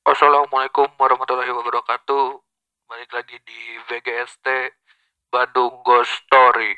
Assalamualaikum warahmatullahi wabarakatuh. Balik lagi di VGST Bandung Ghost Story.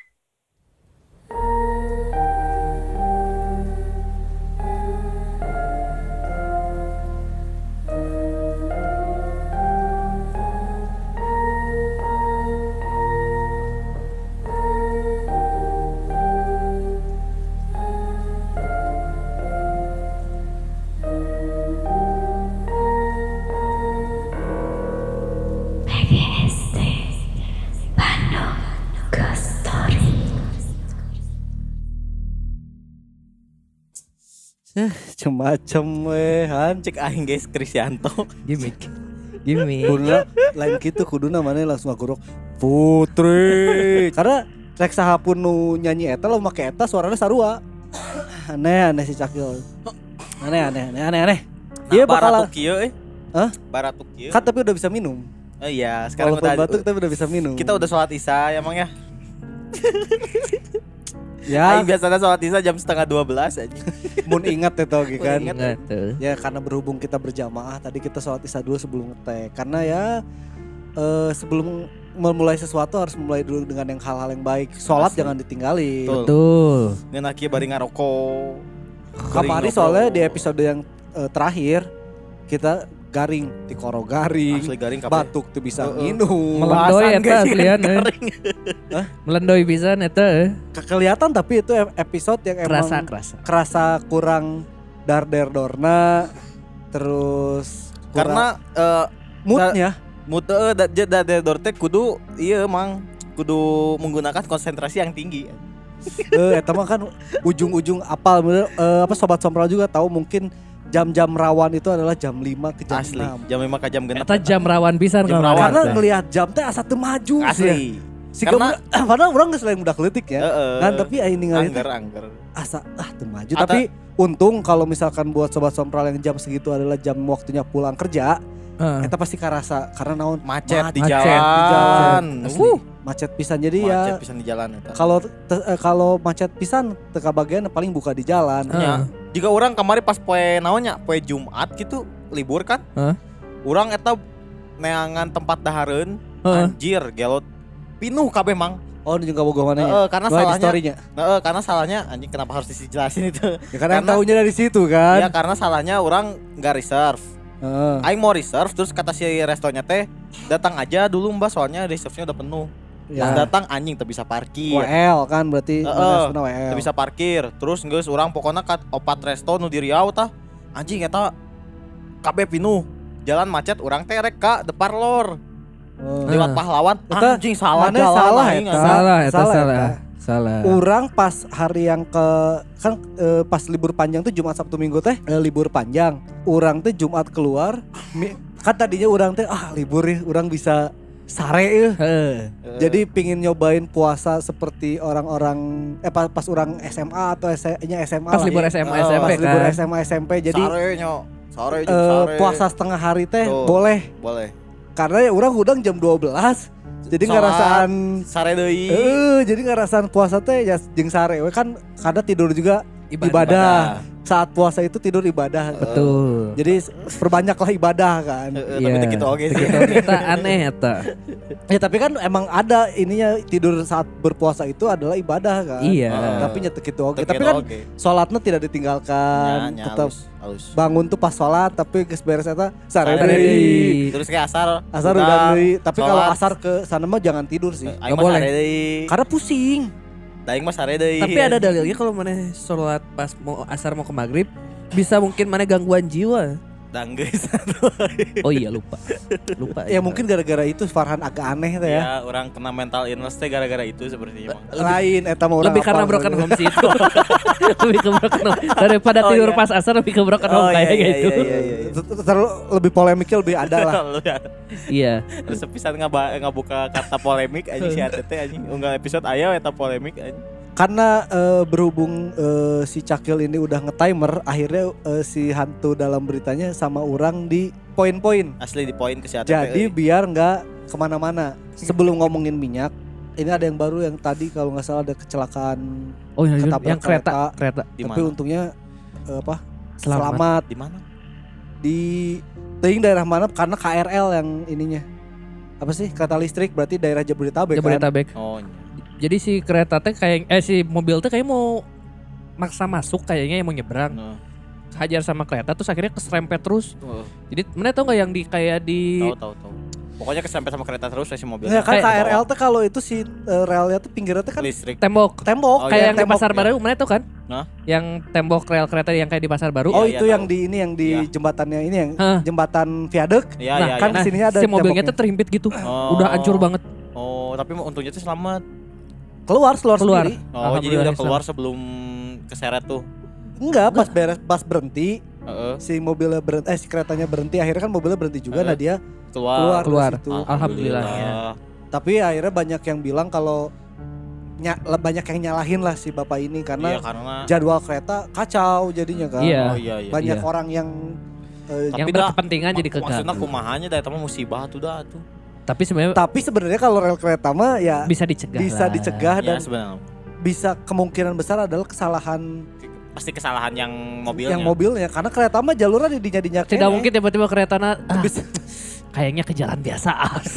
Macem-macem han Cek aing guys Krisyanto. Gimik. kuduna lain gitu kuduna mana langsung ngagorok Putri karena rek sahapun nu nyanyi eta lo make eta suaranya sarua aneh si Cakil aneh iya bakal Baratuk kieu Hah? Baratuk kieu. kan tapi udah bisa minum Oh iya, sekarang walaupun udah batuk tapi udah bisa minum kita udah sholat Isya emang ya. ya Aing biasanya sholat Isya jam 11:30 aja. mun ingat itu oke kan Mun Ingat tuh. ya karena berhubung kita berjamaah tadi kita sholat isya dulu sebelum ngetek karena ya sebelum memulai sesuatu harus mulai dulu dengan yang hal-hal yang baik sholat Asli. jangan ditinggalin Betul. Betul. Ngeuna kieu bari ngarokok. kemarin soalnya di episode yang terakhir kita garing tikoro garing asli garing kabeh. batuk tuh bisa minum Melendoy Bahasan eta guys, aslian garing. Melendoy pisan eta. kelihatan tapi itu episode yang emang kerasa kurang dar-der-dorna terus Karena moodnya mute dorte kudu ieu emang kudu menggunakan konsentrasi yang tinggi. eta mah kan ujung-ujung apal bener, apa sobat sompral juga tahu mungkin jam-jam rawan itu adalah jam 5 ke jam Asli. 6 Jam 5 ke jam genep. Eta jam rawan pisan Jam kalau rawan. karena Teh. ngelihat jam teh asa teu maju sih ya. Asli. Si Karena- padahal orang geus lain budak leutik ya. Heeh. Kan tapi aing ningali teh Angger. asa teu maju. Tapi untung kalau misalkan buat sobat sompral yang jam segitu adalah jam waktunya pulang kerja, Heeh. eta pasti karasa karena naon Macet di Macet jalan. di jalan. Asli. Macet pisan jadi Macet ya. pisan di jalan eta. Kalau macet pisan teka bagian paling buka di jalan. Ya, jika orang kemarin pas poe naonnya, poe Jumat gitu libur kan. Hah? Urang eta neangan tempat dahareun, Heeh. anjir gelot pinuh kabeh mang. Oh, ini juga boga mana ya? Karena Wah, di salahnya, story-nya. karena salahnya anjing kenapa harus dijelasin itu? Ya karena Karena- tahunya dari situ kan. Ya karena salahnya orang nggak reserve. Heeh. Aing mau reserve terus kata si restonya teh datang aja dulu mbak soalnya reserve-nya udah penuh. Ya. Pas datang anjing teu bisa parkir. WL kan berarti mana WL. Teu bisa parkir. Terus geus urang pokona kat opat resto nu di Riau tah. Anjing eta kabeh pinuh. Jalan macet urang teh rek ka depan lor. Oh. Lewat pahlawan. Eta Anjing salah mana jalan salah aing, eta? anjing. Salah. Urang pas hari yang kan pas libur panjang tuh Jumat Sabtu Minggu teh libur panjang. Urang teh Jumat keluar kan tadinya urang teh libur ya urang bisa sare ya. Heeh. Jadi pingin nyobain puasa seperti orang-orang pas urang SMA atau nya SMA Pas lah libur ya. SMA Oh, SMP Pas libur kan. SMA SMP jadi sare nyo. Sare jeung sare. puasa setengah hari teh Tuh. boleh boleh. karena ya urang hudang jam 12 jadi Sholat, ngerasaan sare deui. jadi ngerasaan puasa teh ya jeung sare we kan kada tidur juga ibadah. Saat puasa itu tidur ibadah. Betul. Jadi perbanyaklah ibadah kan. Tapi Iya. teu kitu oge sih. Eta aneh eta. Ya tapi kan emang ada ininya tidur saat berpuasa itu adalah ibadah kan. Iya. Tapi nyetek gitu oke. Teu Tapi kitu kan oge. sholatnya tidak ditinggalkan. Nya, Tetap halus. bangun tuh pas sholat tapi geus beres eta sare Sare deui. deui. Terus kayak asar. Asar udah deui. Tapi kalau sholat. asar ke sana mah jangan tidur sih. Aing Nggak mah boleh. sare deui. Karena pusing. Daing mah sare deui. Tapi ada dalilnya kalau mana sholat pas mau asar mau ke maghrib bisa mungkin mana gangguan jiwa. Dan geus. Oh iya lupa. Ya mungkin gara-gara itu Farhan agak aneh teh ya. Ya, orang kena mental illness teh gara-gara itu sepertinya Bang. Lain eta mah orang Lebih karena apal broken soalnya. home sih itu. Lebih ke broken home daripada Oh, tidur iya. pas asar lebih ke broken home kayak gitu. Terlalu lebih polemiknya lebih ada lah. Iya. Terus sepisan ngabuka kata polemik anjing si ATT anjing. Unggal episode aya eta polemik anjing. Karena berhubung si Cakil ini udah nge-timer, akhirnya si hantu dalam beritanya sama orang di poin-poin. Asli di poin ke si ATT. Jadi biar nggak kemana-mana. Sebelum ngomongin minyak, ini ada yang baru yang tadi kalau nggak salah ada kecelakaan. Oh Ketabrak yang kereta. di Tapi mana? untungnya Selamat. selamat Di mana? di teuing daerah mana karena KRL yang ininya. Apa sih? Kereta listrik berarti daerah Jabodetabek kan. Jabodetabek. Oh. Jadi si kereta teh kayak si mobil teh kayak mau maksa masuk kayaknya yang mau nyebrang. Nah. Hajar sama kereta terus akhirnya keserempet terus. Oh. Jadi mana tau nggak yang di kayak di Tahu. Pokoknya kesampe sama kereta terus si mobil. Ya kan Kayak- KRL tuh kalau itu si relnya tuh pinggirnya tuh kan listrik. tembok. tembok Oh, Kayak iya, yang di tembok. Pasar Baru, mana tau kan? Hah? Yang tembok rel kereta yang kayak di Pasar Baru. Oh Iya, itu iya, yang tahu. di ini yang di Iya. jembatannya ini yang Hah. jembatan viaduk. Iya, Nah, iya, kan iya. di sininya ada si mobilnya temboknya. tuh terhimpit gitu. Oh. Udah hancur banget. Oh, tapi untungnya tuh selamat. Keluar Keluar. sendiri. Oh, jadi Alhamdulillah, udah keluar sebelum keseret tuh. Enggak, pas berhenti Heeh. si mobilnya berhenti si keretanya berhenti akhirnya kan mobilnya berhenti juga. Nah dia Keluar. Keluar. dari situ. Alhamdulillahnya. Tapi akhirnya banyak yang bilang kalau banyak yang nyalahin lah si bapak ini Iya, karena karena jadwal kereta kacau jadinya kan. Iya. Oh iya iya. Banyak Iya. orang yang Yang Tapi dah, berkepentingan jadi maksudnya keganggu. kumahanya dah eta mah musibah tuh dah tuh. Tapi sebenarnya tapi sebenarnya kalau rel kereta mah ya bisa dicegah. bisa lah. dicegah Ya dan sebenarnya bisa kemungkinan besar adalah kesalahan pasti kesalahan yang mobilnya. yang mobilnya karena kereta mah jalurnya didinya Tidak mungkin tiba-tiba kereta Bisa- kayaknya ke jalan biasa.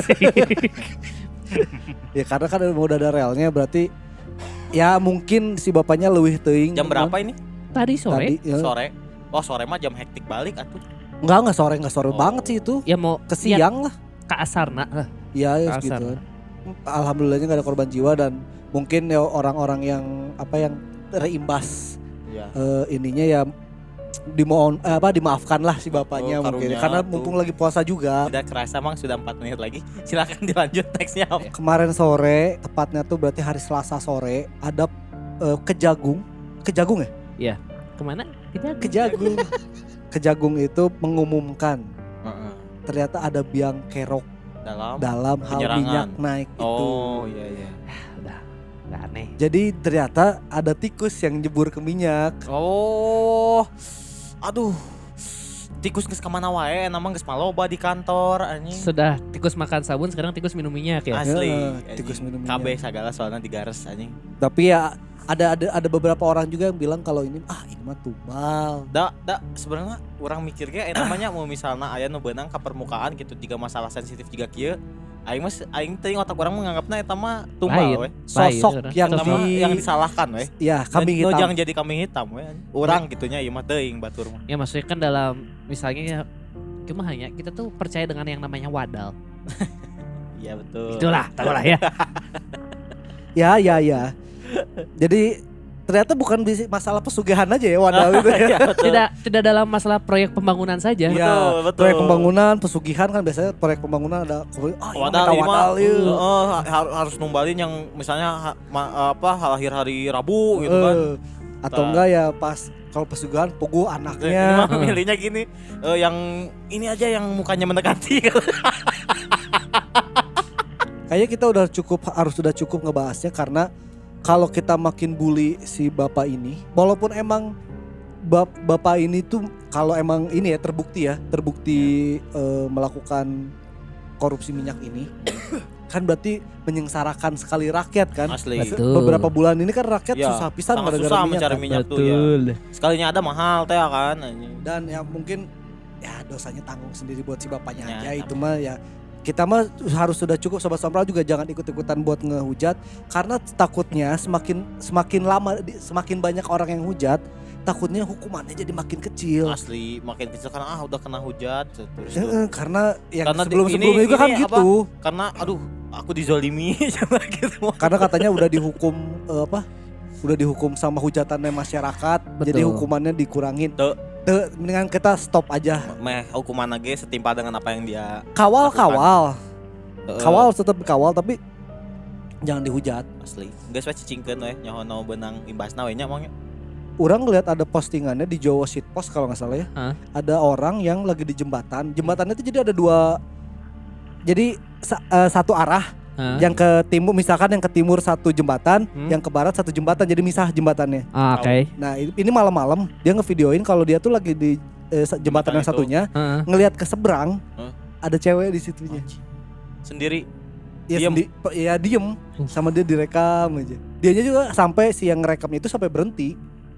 ya karena kan udah ada relnya berarti ya mungkin si bapaknya leuwih teuing. Jam berapa ini? Tadi sore Tadi ya. Sore. Oh, sore mah jam hektik balik atuh. Enggak sore Oh. banget sih itu. ya mau Ke siang lah. ke asarna lah. Ya Kasar. gitu. Alhamdulillahnya gak ada korban jiwa dan mungkin ya orang-orang yang terimbas Iya. ininya ya dimaafkan lah si bapaknya Oh, mungkin karunya karena tuh. mumpung lagi puasa juga. Udah kerasa Mang sudah 4 menit lagi. Silakan dilanjut nextnya. Kemarin sore tepatnya tuh berarti hari Selasa sore ada Kejagung ya? Kemana? Tidak. Kejagung. Kejagung itu mengumumkan Heeh. ternyata ada biang kerok Dalam. dalam hal penyerangan. minyak naik itu. Oh, iya iya. Udah aneh. Jadi ternyata ada tikus yang jebur ke minyak. Oh. Aduh. Tikus geus ka mana wae, nama geus maloba di kantor anjing. Sudah tikus makan sabun, sekarang tikus minum minyak ya. Asli. Heeh, tikus minum minyak. KB segala soalnya digares anjing. Tapi ya ada beberapa orang juga yang bilang kalau ini mah tumbal. Da sebenarnya orang mikirnya namanya mau misalnya aya nu beunang ka permukaan gitu jika masalah sensitif juga kieu. Aing teuing otak orang menganggapna eta mah Lain. tumbal we. Sosok Lain, yang Eta mah di yang disalahkan we. ya kambing Nu hitam. jangan jadi kambing hitam we. Urang gitunya ieu mah teuing batur mah. Ya maksudnya kan dalam misalnya ya cuma hanya kita tuh percaya dengan yang namanya wadal. Iya betul. Itulah, tahu lah ya. Ya. Jadi ternyata bukan masalah pesugihan aja ya wadah itu ya. Iya, betul. Tidak dalam masalah proyek pembangunan saja. Iya, betul. proyek pembangunan, pesugihan kan biasanya proyek pembangunan ada Wadal kita ieu mah wadal ieu. harus numbalin yang misalnya halahir hari Rabu gitu kan. Atau enggak ya pas kalau pesugihan pugu Ini anaknya. mah milihnya gini, yang ini aja yang mukanya mendekati. Kayaknya kita sudah cukup ngebahasnya karena kalau kita makin bully si bapak ini, walaupun emang bapak ini tuh kalau emang ini ya terbukti melakukan korupsi minyak ini, kan berarti menyengsarakan sekali rakyat kan. Asli. Betul. Beberapa bulan ini kan rakyat Ya, susah pisan sangat gara-gara susah minyak. mencari Kan. minyak tuh ya. Betul. Sekalinya ada mahal teh kan. anjing. Dan ya mungkin ya dosanya tanggung sendiri buat si bapaknya Ya, aja tapi- itu mah ya. Kita mah harus sudah cukup Sobat Sompral juga jangan ikut-ikutan buat ngehujat karena takutnya semakin lama semakin banyak orang yang hujat, takutnya hukumannya jadi makin kecil. Asli makin kecil karena udah kena hujat terus. Karena yang Karena sebelum-sebelumnya juga kan ini gitu. Karena aduh aku dizolimi gitu. Karena katanya udah dihukum udah dihukum sama hujatannya masyarakat, jadi hukumannya dikurangin. Mendingan kita stop aja. Meh hukuman lagi setimpal dengan apa yang dia Kawal Heeh. tetap kawal tapi jangan dihujat. asli. Geus we cicingkeun we nyahono beunang imbasna we nya emangnya. Orang ngeliat ada postingannya di Jawa Seat Post kalau nggak salah ya. Ada orang yang lagi di jembatan. Jembatannya itu jadi ada dua. Jadi satu arah. Yang ke timur misalkan yang ke timur satu jembatan, yang ke barat satu jembatan jadi misah jembatannya. Oke. Nah ini malam-malam dia ngevideoin kalau dia tuh lagi di jembatan yang itu. satunya ngelihat ke seberang ada cewek di situnya. Sendiri. Ya, diem sama dia direkam aja. Dianya juga sampai si yang ngerekamnya itu sampai berhenti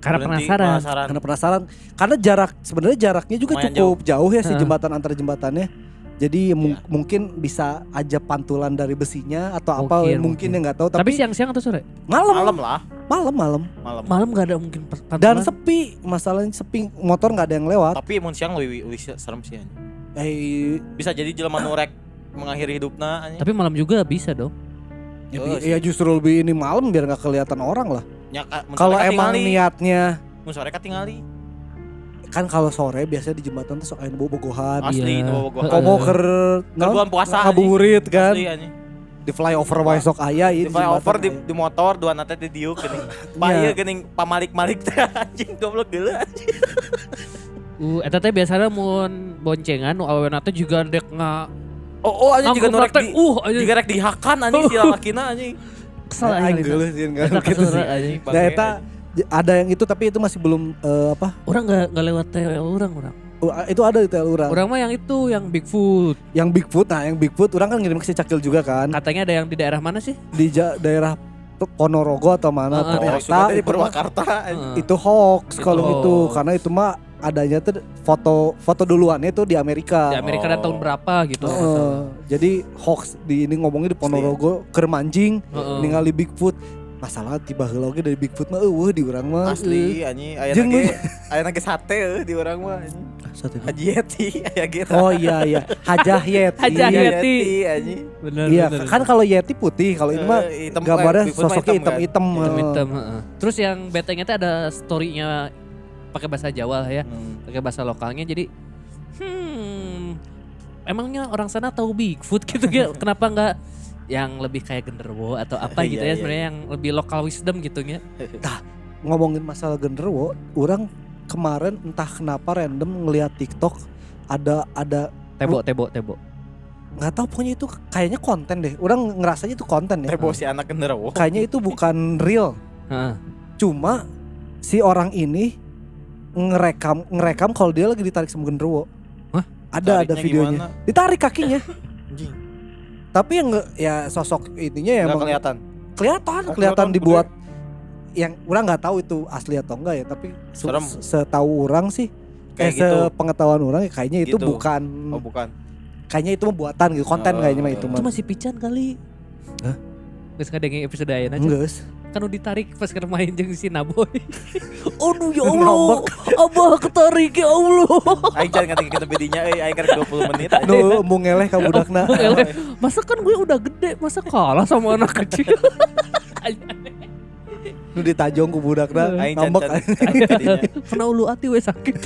Karena Berhenti, penasaran. Karena penasaran. Karena sebenarnya jaraknya juga Lumayan cukup jauh ya si Heeh. jembatan antar jembatannya. Jadi Iya. mungkin bisa aja pantulan dari besinya atau apa mungkin yang nggak tahu. Tapi Tapi siang-siang atau sore? Malam malam lah, malam. Malam gak ada mungkin Dan pantulan. sepi, masalahnya sepi, motor nggak ada yang lewat. tapi mun siang lebih serem sih anjing. Bisa jadi jelema nu rek mengakhiri hidupna anjing. Tapi malam juga bisa dong. Ya justru lebih ini malam biar nggak kelihatan orang lah. Nya mun Kalau sore emang katingali. niatnya Mun sore katingali. kan kalau sore biasanya di jembatan tuh sok aya bobogohan. Asli Iya. nu bobogohan. Komo ker bulan puasa, anjing. ngabuburit kan. Asli anjing. Di flyover wae sok aya ieu Di flyover di motor dua nate di diuk geuning. Paeu geuning pamalik-malik teh anjing goblok geuleuh anjing. Eta teh biasanya mun boncengan nu awewe teh juga dek Oh anjing juga ngangkut norek teh, di anjing. juga rek dihakan anjing si lalakina anjing. Kesel Aing anjing. geuleuh sih enggak Eta gitu kesel sih. anjing. Nah eta ada yang itu tapi itu masih belum apa? Orang enggak lewat TL orang. Itu ada di tel urang. Orang mah yang itu yang Bigfoot. Yang Bigfoot orang kan ngirim ke si Cakil juga kan. Katanya ada yang di daerah mana sih? Di daerah Ponorogo atau mana Heeh. Oh, ternyata di itu mah- Purwakarta anjing. itu hoax Itu kalau gitu hoax. karena itu mah adanya tuh foto duluannya tuh di Amerika. Di Amerika ada tahun berapa gitu. Heeh. Jadi hoax di ini ngomongnya di Ponorogo keur mancing Heeh. ningali Bigfoot. Masalah tiba heula oge dari Bigfoot mah eueuh di urang mah. Asli anjing Jeung aya ge sate di urang mah anjing. Satu. Haji Yeti aya ge. Oh iya Hajah Yeti. Hajah Yeti. anjing. Bener. Iya kan kalau Yeti putih kalau ini mah Hitam, gambarnya Bigfoot mah sosoknya hitam kan? hitam-hitam. Hitam-hitam, heeh. Terus yang betengnya teh ada story-nya pakai bahasa Jawa lah ya, pakai bahasa lokalnya jadi emangnya orang sana tahu Bigfoot gitu ya? Kenapa enggak yang lebih kayak genderuwo atau apa gitu Iya, ya iya. sebenarnya yang lebih lokal wisdom gitu ya. Ngomongin masalah genderuwo, orang kemarin entah kenapa random ngelihat TikTok ada Tebo. nggak tahu pokoknya itu kayaknya konten deh. Orang ngerasanya itu konten ya. Tebo si anak genderuwo. Kayaknya itu bukan real. Heeh. Cuma si orang ini ngerekam kalau dia lagi ditarik sama genderuwo. Hah? Ada Tariknya videonya. gimana? Ditarik kakinya. Anjing. Tapi yang ya sosok ininya ya Nggak emang kelihatan. kelihatan kelihatan dibuat yang orang nggak tahu itu asli atau enggak ya, tapi Serem. setahu orang sih Kayak gitu. sepengetahuan orang ya kayaknya itu Gitu. bukan Oh bukan. kayaknya itu mah buatan gitu, konten Oh, kayaknya mah itu Itu mah. masih pican kali. Hah? Geus ngadengin episode ayeuna aja. Enggak. Kan udah ditarik pas keur main jeung si Naboy. Aduh ya Ngambek. Allah. Abah ketarik ya Allah. Aing jangan ngerti kita bedinya aing karek 20 menit. Nu mau ngeleh ka budakna. Masa kan gue udah gede, masa kalah sama anak kecil. Nu ditajong ku budakna Aing ngambek. can bedinya. Kena ulu hati we sakit.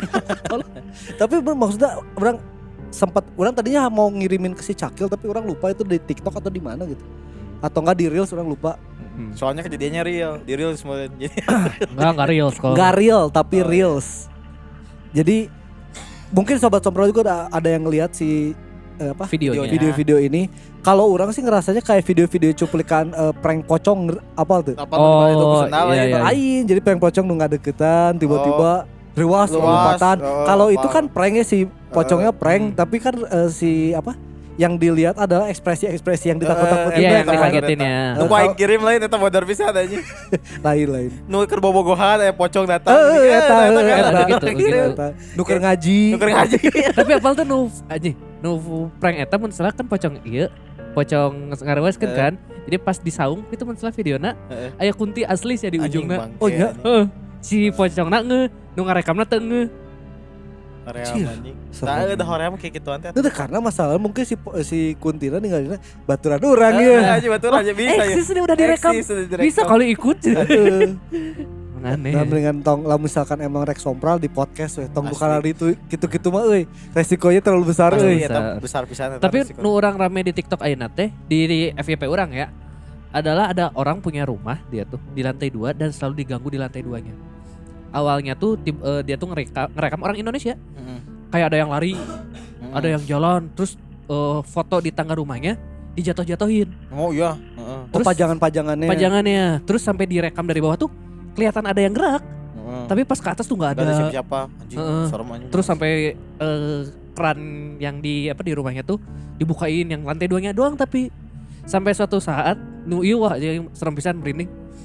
Tapi maksudnya orang tadinya mau ngirimin ke si Cakil tapi orang lupa itu di TikTok atau di mana gitu. Atau enggak di Reels orang lupa. Soalnya kejadiannya real, di real semua jadi. Enggak real sekolah. Enggak real tapi Oh, iya. Reels. Jadi mungkin sobat sompral juga ada yang ngelihat si apa Videonya. video-video ini. Kalau orang sih ngerasanya kayak video-video cuplikan prank pocong apa tuh? Apa namanya itu Oh, personal iya, ya, iya. Lain jadi prank pocong nu ngadeketan tiba-tiba luas Luas, lompatan. Kalau itu paham. kan pranknya si pocongnya prank tapi kan si apa yang dilihat adalah ekspresi-ekspresi yang ditakut-takutin. Iya, yang kan? dikagetin ya. Nu ku aing kirim lain eta bodor pisan anjing. Lain. Nu keur bobogohan pocong datang. Eta Ada gitu, gitu. nuker ngaji. Nuker ngaji. Tapi apal tuh nu prank eta mun salah kan pocong ieu. Pocong ngarewaiskeun kan. Jadi pas disaung itu mun salah videona aya kunti asli sia di ujungna. Oh, iya? Heeh. Si pocongna nu ngarekamna teu ngeuh. Cih, Hoream anjing. serem. Tah udah hoream kayak gituan teh. Itu karena masalah mungkin si Kuntina ninggalin baturan orang ya. Aja betul aja bisa ya. Eksis ini udah direkam. Eksis udah direkam. Bisa kali ikut. Heeh. Aneh. Dan dengan tong lah misalkan emang rek sompral di podcast we tong Asli. bukan itu gitu-gitu mah euy. Resikonya terlalu besar Asli. euy. Iya, eta besar pisan eta Tapi resiko. nu orang rame di TikTok ayeuna teh di FYP orang ya. Adalah ada orang punya rumah dia tuh di lantai 2 dan selalu diganggu di lantai 2-nya. Awalnya tuh dia tuh ngerekam orang Indonesia. Heeh. Kayak ada yang lari, ada yang jalan, terus foto di tangga rumahnya dijatuh-jatuhin. Oh iya, heeh. Oh Terus pajangan-pajangannya. pajangannya, terus sampai direkam dari bawah tuh kelihatan ada yang gerak, Heeh. tapi pas ke atas tuh nggak Gak ada ada. siapa-siapa anjing, Heeh. serem anjing. Terus sampai keran yang di rumahnya tuh dibukain yang lantai 2-nya doang, tapi sampai suatu saat nu ieu wah yang serem pisan merinding.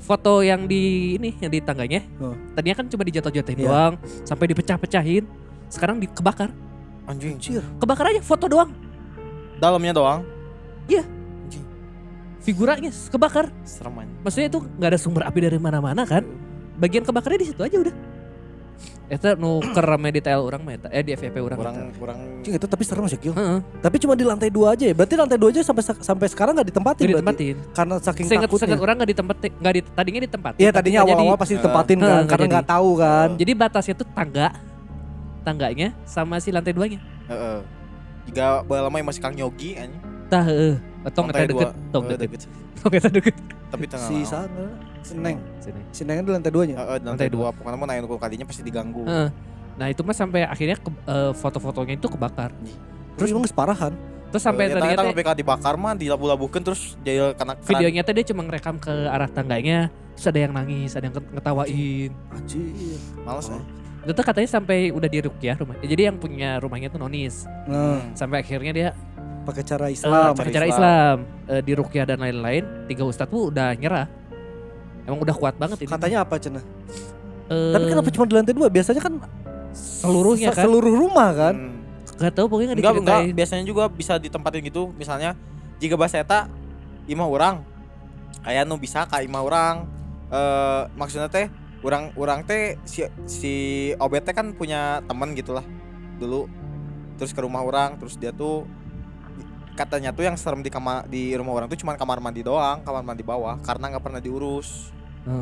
foto yang di ini yang di tangganya. Tadinya kan cuma dijatuh-jatuhin Iya. doang, sampai dipecah-pecahin. Sekarang kebakar. Anjing. Kebakar aja foto doang. Dalamnya doang. Figuranya kebakar. Serem anjing. Maksudnya itu nggak ada sumber api dari mana-mana kan? Bagian kebakarnya di situ aja udah. Eta nu kerame detail orang mah eta di FYP orang. Kurang Cing, itu tapi serem sih Gil. Heeh, Tapi cuma di lantai 2 aja ya. Berarti lantai 2 aja sampai sekarang enggak ditempatin nggak berarti. ditempatin. Karena saking Seingat takutnya. orang nggak ditempatin, tadinya ditempatin. Iya tapi tadinya nggak awal-awal jadi. pasti ditempatin kan nggak karena jadi. nggak tahu kan. Jadi batasnya tuh tangganya sama si lantai 2-nya. heeh. Jika lama masih Kang Yogi anjing. Tah heeh. Tong eta deket, tong Heeh, deket. deket. Tong eta deket. Tapi tengah. Si sana Seneng. Sini. Senengnya di lantai 2-nya. Heeh, di lantai 2 pokoknya mau naik kalinya pasti diganggu. Heeh. Nah itu mah sampai akhirnya foto-fotonya itu kebakar. Terus emang separahan. Terus sampai ya, tadinya ternyata teh lebih ka dibakar mah dilabu-labukeun terus jadi kena keran. videonya teh dia cuma ngerekam ke arah tangganya. Terus ada yang nangis, ada yang ngetawain. Anjir. Males ya. Itu tuh katanya sampai udah diruqyah rumah. Jadi yang punya rumahnya tuh nonis. Nah, Sampai akhirnya dia pakai cara Islam. pakai cara Islam, diruqyah dan lain-lain. 3 ustadz tuh udah nyerah. Emang udah kuat banget ini. Katanya apa Cenah? Eh, Tapi kenapa cuma di lantai 2? Biasanya kan seluruhnya kan? seluruh rumah kan. Gak tahu pokoknya nggak Enggak, diceritain. biasanya juga bisa ditempatin gitu. Misalnya jika bahasa eta imah orang kayak nu bisa ka imah orang maksudnya teh orang teh si OBT kan punya teman gitulah dulu. Terus ke rumah orang, terus dia tuh katanya tuh yang serem di rumah orang tuh cuma kamar mandi doang, kamar mandi bawah karena nggak pernah diurus.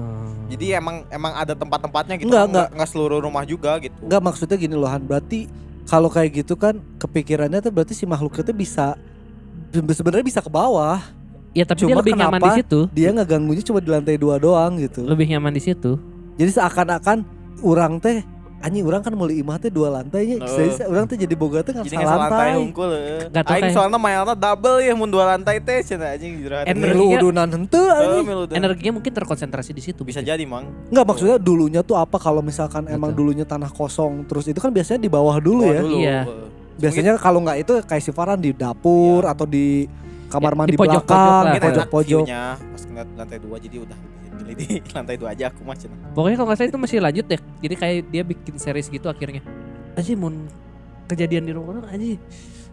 Jadi emang ada tempat-tempatnya gitu. Enggak seluruh rumah juga gitu. Enggak, maksudnya gini loh Han, berarti kalau kayak gitu kan kepikirannya tuh berarti si makhluk itu bisa sebenarnya bisa ke bawah. Ya tapi Cuma dia lebih nyaman di kenapa situ. Dia ngeganggunya cuma di lantai 2 doang gitu. Lebih nyaman di situ. Jadi seakan-akan orang teh anjing orang kan meuli imah teh 2 lantai nya. Jadi orang teh jadi boga teh Jadi ngan nggak lantai lantai. hungkul. Nggak tahu Aing kayak- soalnya mainnya double ya mun 2 lantai teh cenah anjing juragan. Milu udunan henteu anjing. Energinya mungkin terkonsentrasi di situ. Bisa jadi mang. Enggak, maksudnya dulunya tuh apa kalau misalkan emang Betul. dulunya tanah kosong terus itu kan biasanya di bawah dulu ya. Iya. Biasanya kalau nggak itu kayak si Farhan di dapur atau di kamar Ya, mandi di pojok-pojok belakang, lah. di pojok-pojok. Pas ngeliat lantai 2 jadi udah pilih di lantai 2 aja aku mah cenah. Pokoknya kalau nggak salah itu masih lanjut deh. Jadi kayak dia bikin series gitu akhirnya. Aji mau kejadian di rumah orang aji.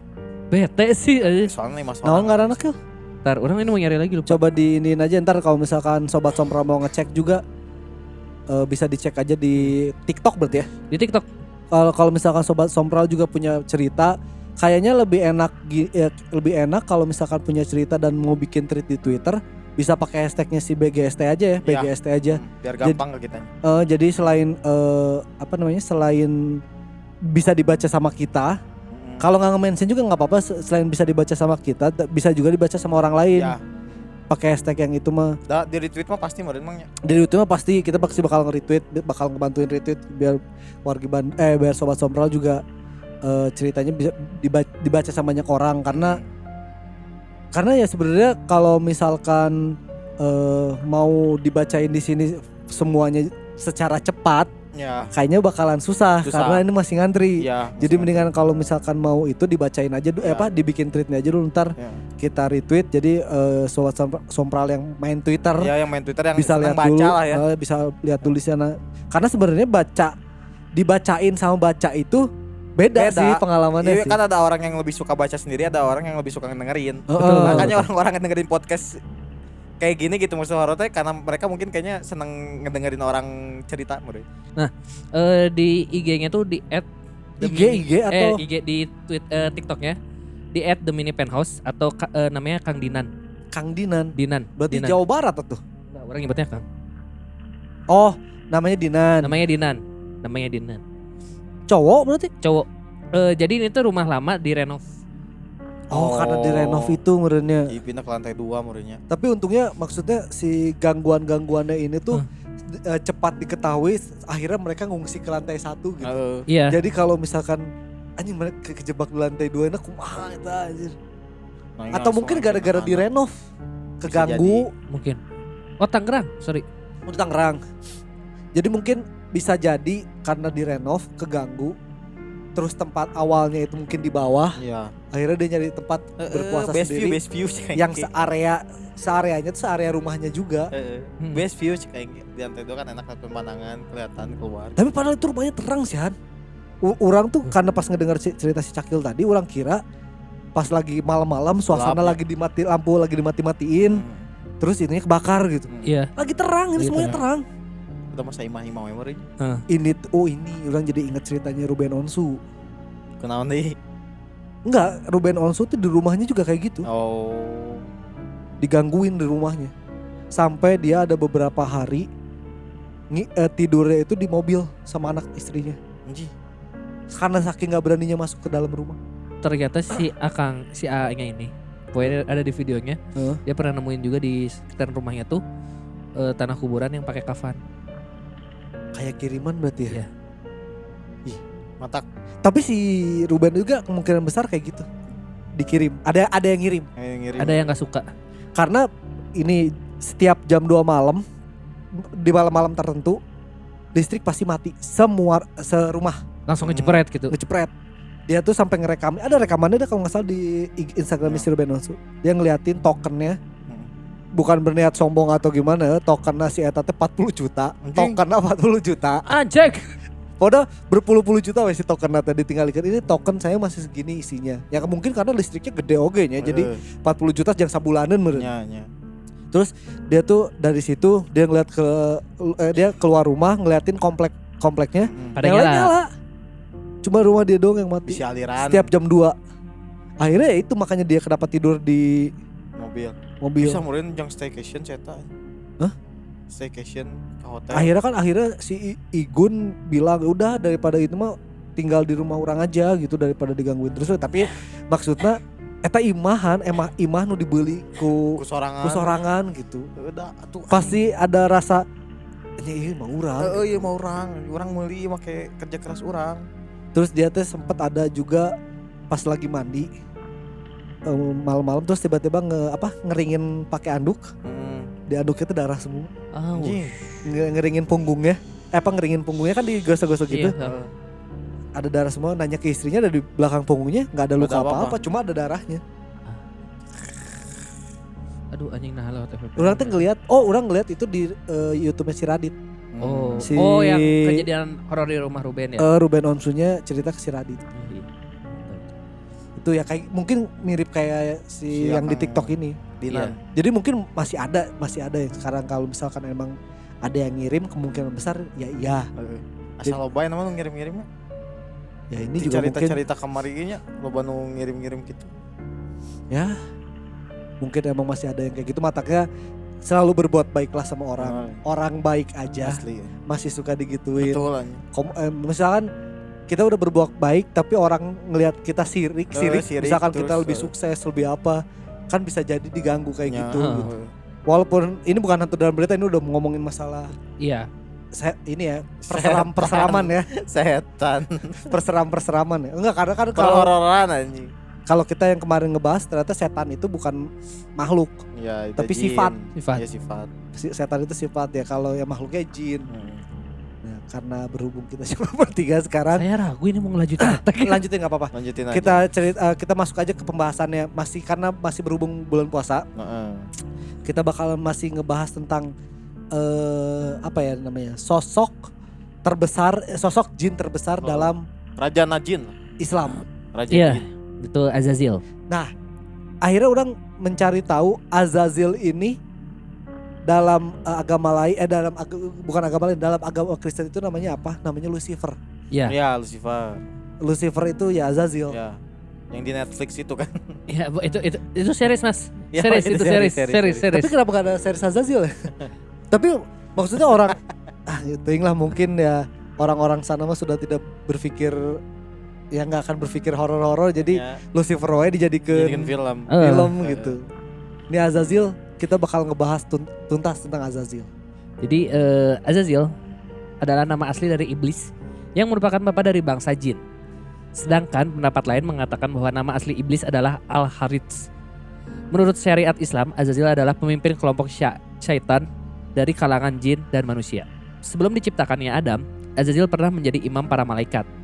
Bete sih aji. Soalnya mas Nah, nggak anak yuk. Ntar orang ini mau nyari lagi lupa. Coba diinin aja ntar kalau misalkan Sobat Sompra mau ngecek juga bisa dicek aja di TikTok berarti ya. Di TikTok. Kalau misalkan Sobat Sompral juga punya cerita, kayaknya lebih enak kalau misalkan punya cerita dan mau bikin tweet di Twitter bisa pakai hashtagnya si BGST aja ya, BGST aja. Biar gampang ke kita. Jadi selain selain bisa dibaca sama kita, kalau nggak nge-mention juga nggak apa-apa. Selain bisa dibaca sama kita, bisa juga dibaca sama orang lain. Ya. Pakai hashtag yang itu mah. Di retweet mah pasti meureun mangnya. Di YouTube mah pasti kita bakal nge-retweet, bakal ngebantuin retweet biar biar Sobat Sompral juga ceritanya bisa dibaca sama banyak orang karena ya sebenarnya kalau misalkan mau dibacain di sini semuanya secara cepat Ya. kayaknya bakalan susah. Karena ini masih ngantri. Ya. Jadi mendingan kalau misalkan mau itu dibacain aja dibikin tweetnya aja dulu ntar Ya. kita retweet. Jadi Sobat Sompral yang main Twitter Ya yang main Twitter yang bisa seneng lihat baca dulu, lah ya. bisa lihat dulu di sana. Karena sebenarnya dibacain sama baca itu beda sih pengalamannya Iya sih. kan ada orang yang lebih suka baca sendiri, ada orang yang lebih suka dengerin. Betul. Makanya orang-orang yang dengerin podcast kayak gini gitu maksud Haro teh karena mereka mungkin kayaknya seneng ngedengerin orang cerita menurut. Di IG-nya tuh di IG atau IG di TikToknya di @theminipenthouse atau namanya Kang Dinan. Kang Dinan. Berarti Dinan. Jawa Barat tuh. Nah, orang nyebutnya Kang. Oh, namanya Dinan. Namanya Dinan. Cowok berarti? Cowok. Jadi ini tuh rumah lama direnov. Oh, karena direnov itu merenya. Iya pindah ke lantai 2 menurutnya. Tapi untungnya maksudnya si gangguan-gangguannya ini tuh cepat diketahui, akhirnya mereka ngungsi ke lantai 1 gitu. Iya. Jadi kalau misalkan anjing mereka kejebak di lantai 2 enak kumaha eta anjir. Atau mungkin gara-gara direnov keganggu Mungkin. Oh Tangerang, sorry. di Tangerang. Jadi mungkin bisa jadi karena direnov keganggu. terus tempat awalnya itu mungkin di bawah, Iya. akhirnya dia nyari tempat berpuasa best sendiri view yang seareanya tuh searea rumahnya juga. best view kayak di lantai 2 kan enak pemandangan kelihatan keluar. Tapi padahal itu rumahnya terang sih Han. Orang tuh karena pas ngedengar cerita si Cakil tadi, orang kira pas lagi malam-malam suasana Gelap, ya. lagi lampu lagi dimati-matiin, terus ininya kebakar gitu. Iya. Lagi terang, ini Lagi semuanya terang. Kita masa imah-imah memory. Ini orang jadi inget ceritanya Ruben Onsu. Kenaon deui? Enggak, Ruben Onsu tuh di rumahnya juga kayak gitu. Oh. Digangguin di rumahnya. Sampai dia ada beberapa hari tidurnya itu di mobil sama anak istrinya. Anjing. Karena saking gak beraninya masuk ke dalam rumah. Ternyata si A-nya ini, pokoknya ada di videonya, dia pernah nemuin juga di sekitar rumahnya tuh tanah kuburan yang pakai kafan. Kayak kiriman berarti ya. Iya. Matak Tapi si Ruben juga kemungkinan besar kayak gitu. Dikirim. Ada yang ngirim. ngirim. Ada yang nggak suka. Karena ini setiap jam 2 malam di malam-malam tertentu listrik pasti mati semua serumah Langsung ngejepret gitu. ngejepret. Dia tuh sampai ngerekam, ada rekamannya kalau nggak salah di Instagram si Ruben Onsu. Dia ngeliatin tokennya, bukan berniat sombong atau gimana, tokennya si Eta teh 40 juta, Anjing. tokennya 40 juta. Anjek. Padahal berpuluh-puluh juta wes si tokennya tadi ditinggalkan. Ini token saya masih segini isinya. Ya mungkin karena listriknya gede oge nya, jadi 40 juta jangan sabulanan meureun. nya. Terus dia tuh dari situ dia ngeliat dia keluar rumah ngeliatin kompleknya Ada yang lain nyala. nyala. Cuma rumah dia doang yang mati. Bisa aliran Setiap jam 2. Akhirnya ya itu makanya dia kenapa tidur di mobil. Bisa meureun jang staycation cetak. Hah? Staycation ke hotel. Akhirnya si Igun bilang udah daripada itu mah tinggal di rumah orang aja gitu daripada digangguin terus. Tapi maksudnya eta imah nu dibeli ku sorangan gitu. Udah atuh. Pasti ada rasa ini mah urang. Iya mau orang meuli make kerja keras orang. Terus dia tuh sempet ada juga pas lagi mandi malam-malam terus tiba-tiba ngeringin pakai anduk. Di anduknya tuh darah semua. Oh. Ngeringin punggungnya. Ngeringin punggungnya kan digosok-gosok gitu. Iya. Ada darah semua, nanya ke istrinya dari belakang punggungnya nggak ada luka Ada apa-apa. apa-apa, cuma ada darahnya. Aduh anjing nah lewat FVP. Orang ngeliat itu di YouTube-nya si Radit. Oh. Si- Oh yang kejadian horor di rumah Ruben ya. Ruben Onsunya cerita ke si Radit. Iya. Itu ya kayak mungkin mirip kayak si yang di Akang TikTok ini. Dinan. Jadi mungkin masih ada yang sekarang kalau misalkan emang ada yang ngirim kemungkinan besar ya iya. Asal loba yang namanya ngirim-ngirim. Ya ini juga mungkin cerita kamari nya loba nu ngirim-ngirim gitu. ya mungkin emang masih ada yang kayak gitu, matanya selalu berbuat baiklah sama orang. Orang baik aja Asli. masih suka digituin. Betul. Misalkan kita udah berbuat baik tapi orang ngelihat kita sirik, Sirik, misalkan terus, kita lebih sukses, lebih apa, kan bisa jadi diganggu kayak Ya, gitu. Walaupun ini bukan hantu dalam berita, ini udah ngomongin masalah Iya. ini ya, perseraman ya, Setan. perseraman ya. Enggak, karena kan Horor-hororan anjing. kalau kita yang kemarin ngebahas ternyata setan itu bukan makhluk, Ya, tapi jin. sifat. Ya sifat. Setan itu sifat ya, kalau yang makhluknya jin. Nah, karena berhubung kita cuma bertiga sekarang, Saya ragu ini mau ngelanjutin apa. lanjutin nggak apa-apa. Lanjutin aja. Kita masuk aja ke pembahasannya, karena masih berhubung bulan puasa. Kita bakal masih ngebahas tentang apa ya namanya, sosok jin terbesar dalam Raja Najin. Islam. Raja Iya. Jin. Itu Azazil. Nah, akhirnya orang mencari tahu Azazil ini dalam agama lain, bukan agama lain, dalam agama Kristen itu namanya apa? Namanya Lucifer. Iya. Ya, Lucifer. Lucifer itu ya Azazil. Ya. Yang di Netflix itu kan. Iya, itu series Mas. Ya, Series itu itu series. series. Tapi kenapa gak ada series Azazil ya? Tapi maksudnya orang itu lah mungkin ya orang-orang sana mah sudah tidak berpikir, ya nggak akan berpikir horor-horor, jadi Ya, Lucifer wae dijadikan jadikan film. film gitu. Ini Azazil kita bakal ngebahas tuntas tentang Azazil. Jadi Azazil adalah nama asli dari iblis yang merupakan bapak dari bangsa jin. Sedangkan pendapat lain mengatakan bahwa nama asli iblis adalah Al-Harits. Menurut syariat Islam, Azazil adalah pemimpin kelompok syaitan dari kalangan jin dan manusia. Sebelum diciptakannya Adam, Azazil pernah menjadi imam para malaikat.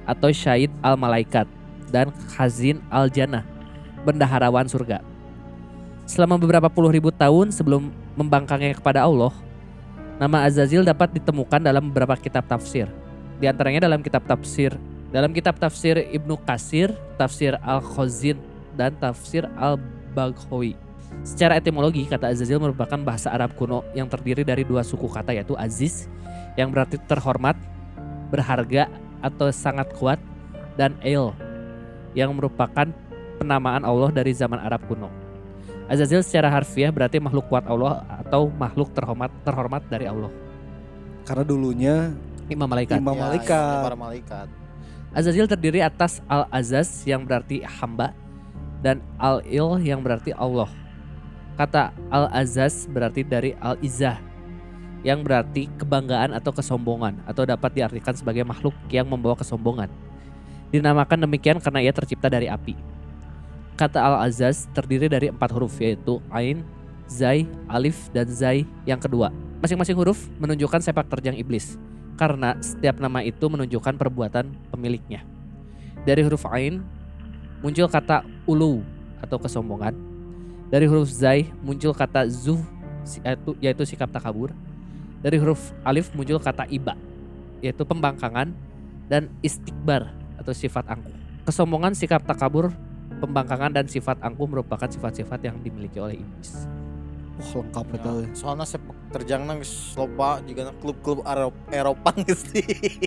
atau Syahid al-Malaikat dan Khazin al-Jannah, bendaharawan surga. Selama beberapa puluh ribu tahun sebelum membangkangnya kepada Allah, nama Azazil dapat ditemukan dalam beberapa kitab tafsir. Di antaranya dalam kitab tafsir Ibnu Katsir, tafsir Al-Khazin, dan tafsir Al-Baghawi. Secara etimologi, kata Azazil merupakan bahasa Arab kuno yang terdiri dari dua suku kata, yaitu aziz yang berarti terhormat, berharga atau sangat kuat, dan el yang merupakan penamaan Allah dari zaman Arab kuno. Azazil secara harfiah berarti makhluk kuat Allah atau makhluk terhormat dari Allah. Karena dulunya Imam malaikat. Imam malaikat. Para malaikat. Azazil terdiri atas Al-Azaz yang berarti hamba dan Al-Il yang berarti Allah. Kata Al-Azaz berarti dari Al-Izzah yang berarti kebanggaan atau kesombongan, atau dapat diartikan sebagai makhluk yang membawa kesombongan. Dinamakan demikian karena ia tercipta dari api. Kata Al-Azaz terdiri dari 4 huruf, yaitu Ain, Zai, Alif, dan Zai yang kedua. Masing-masing huruf menunjukkan sepak terjang iblis, karena setiap nama itu menunjukkan perbuatan pemiliknya. Dari huruf Ain muncul kata Ulu atau kesombongan. Dari huruf Zai muncul kata Zuh, yaitu sikap takabur. Dari huruf Alif muncul kata Iba, yaitu pembangkangan, dan Istikbar atau sifat angkuh. Kesombongan, sikap takabur, pembangkangan, dan sifat angkuh merupakan sifat-sifat yang dimiliki oleh iblis. Wah, lengkap eta. Ya, soalnya sepak terjangna geus loba jigana klub-klub Eropa geus di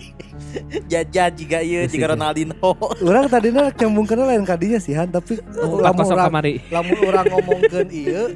jajah jiga ieu jiga Ronaldinho. Urang tadinya nyambungkeun lain kadinya sih Han, tapi lamun urang ngomongkeun ieu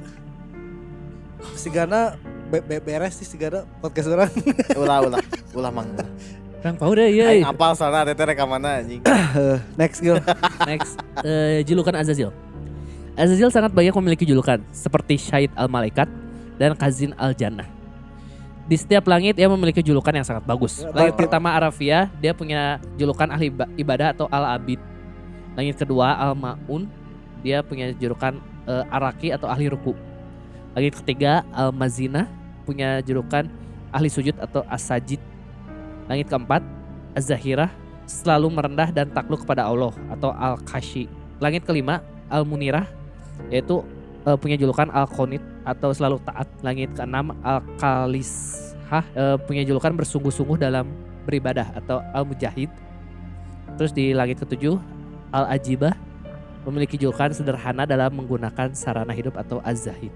sigana beres sih sigana podcast urang. Ulah mang. Kang Pau deh ieu. Aing apal soalna teh rekamanna anjing. Next Gil. Next, julukan Azazil. Azazil sangat banyak memiliki julukan seperti Syahid al-Malaikat dan Khazin al-Jannah. Di setiap langit ia memiliki julukan yang sangat bagus. Langit pertama Arafiyah, dia punya julukan ahli ibadah atau al-abid. Langit kedua Al-Ma'un, dia punya julukan Araki atau ahli ruku. Langit ketiga Al-Mazinah, punya julukan ahli sujud atau as-sajid. Langit keempat Az-Zahirah, selalu merendah dan takluk kepada Allah atau Al-Kashi. Langit kelima Al-Munirah, yaitu punya julukan Al-Qanit atau selalu taat. Langit keenam Al-Kalishah, punya julukan bersungguh-sungguh dalam beribadah atau Al-Mujahid. Terus di langit ketujuh Al-Ajibah, memiliki julukan sederhana dalam menggunakan sarana hidup atau Az-Zahid.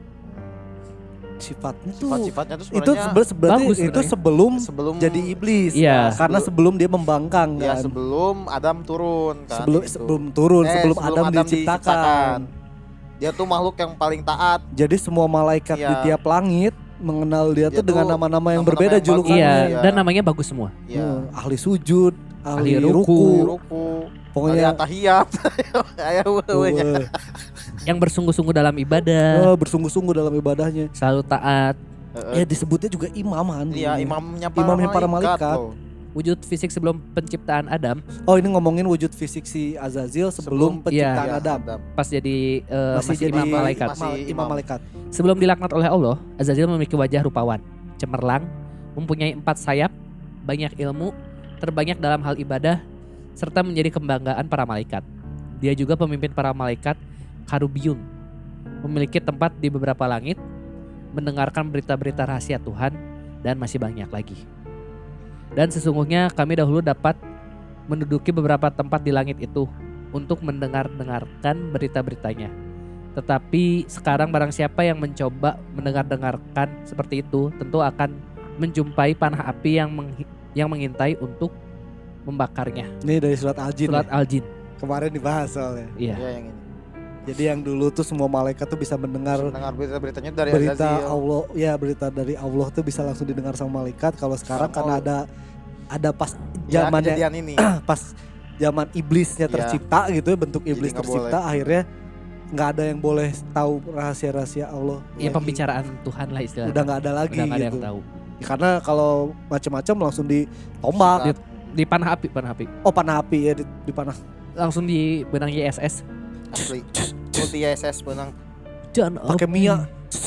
Sifatnya tuh Sifat-sifatnya tuh itu sebenarnya berarti bagus itu sebenarnya. sebelum jadi iblis. Iya. Karena sebelum dia membangkang ya kan. sebelum Adam turun kan. Sebelum turun, sebelum Adam diciptakan. Dia tuh makhluk yang paling taat. Jadi semua malaikat Iya. di tiap langit mengenal dia Dia tuh dengan tuh nama-nama yang nama-nama berbeda yang julukannya. Iya, Iya. dan namanya bagus semua. Ya. Ahli sujud, ahli Ahli ruku, Ruku. pokoknya tahiyat. Aya wewe-nya. Yang bersungguh-sungguh dalam ibadah, bersungguh-sungguh dalam ibadahnya. selalu taat. Ya disebutnya juga imam Han. Iya, imamnya para malaikat. loh. Wujud fisik sebelum penciptaan Adam, Oh, ini ngomongin wujud fisik si Azazil sebelum penciptaan Iya, Adam. pas jadi Masih masih jadi imam malaikat. Masih imam imam. malaikat. Sebelum dilaknat oleh Allah, Azazil memiliki wajah rupawan, cemerlang, mempunyai 4 sayap, banyak ilmu, terbanyak dalam hal ibadah, serta menjadi kebanggaan para malaikat. Dia juga pemimpin para malaikat Karubiyun, memiliki tempat di beberapa langit, mendengarkan berita-berita rahasia Tuhan, dan masih banyak lagi. Dan sesungguhnya kami dahulu dapat menduduki beberapa tempat di langit itu untuk mendengarkan berita-beritanya. Tetapi sekarang barang siapa yang mencoba mendengarkan seperti itu, tentu akan menjumpai panah api yang mengintai untuk membakarnya. Ini dari surat Al-Jin. Surat ya? Al-Jin. Kemarin dibahas soalnya. Iya. Iya yang ini. Jadi yang dulu tuh semua malaikat tuh bisa mendengar Dengar berita-beritanya dari berita Azazil. Allah, ya berita dari Allah tuh bisa langsung didengar sama malaikat. Kalau sekarang karena ada pas Ya, zamannya kejadian ini. pas zaman iblisnya Ya. tercipta gitu ya, bentuk Jadi iblis nggak tercipta, akhirnya nggak ada yang boleh tahu rahasia-rahasia Allah. Ya lagi. pembicaraan Tuhan lah istilahnya. Udah nggak ada lagi Udah nggak ada gitu. yang tahu. Karena kalau macam-macam langsung ditombak. Di panah api. Oh, panah api ya, di panah. Langsung di benang YSS. Asli. Multi ISS menang. Jangan Pakai Mia.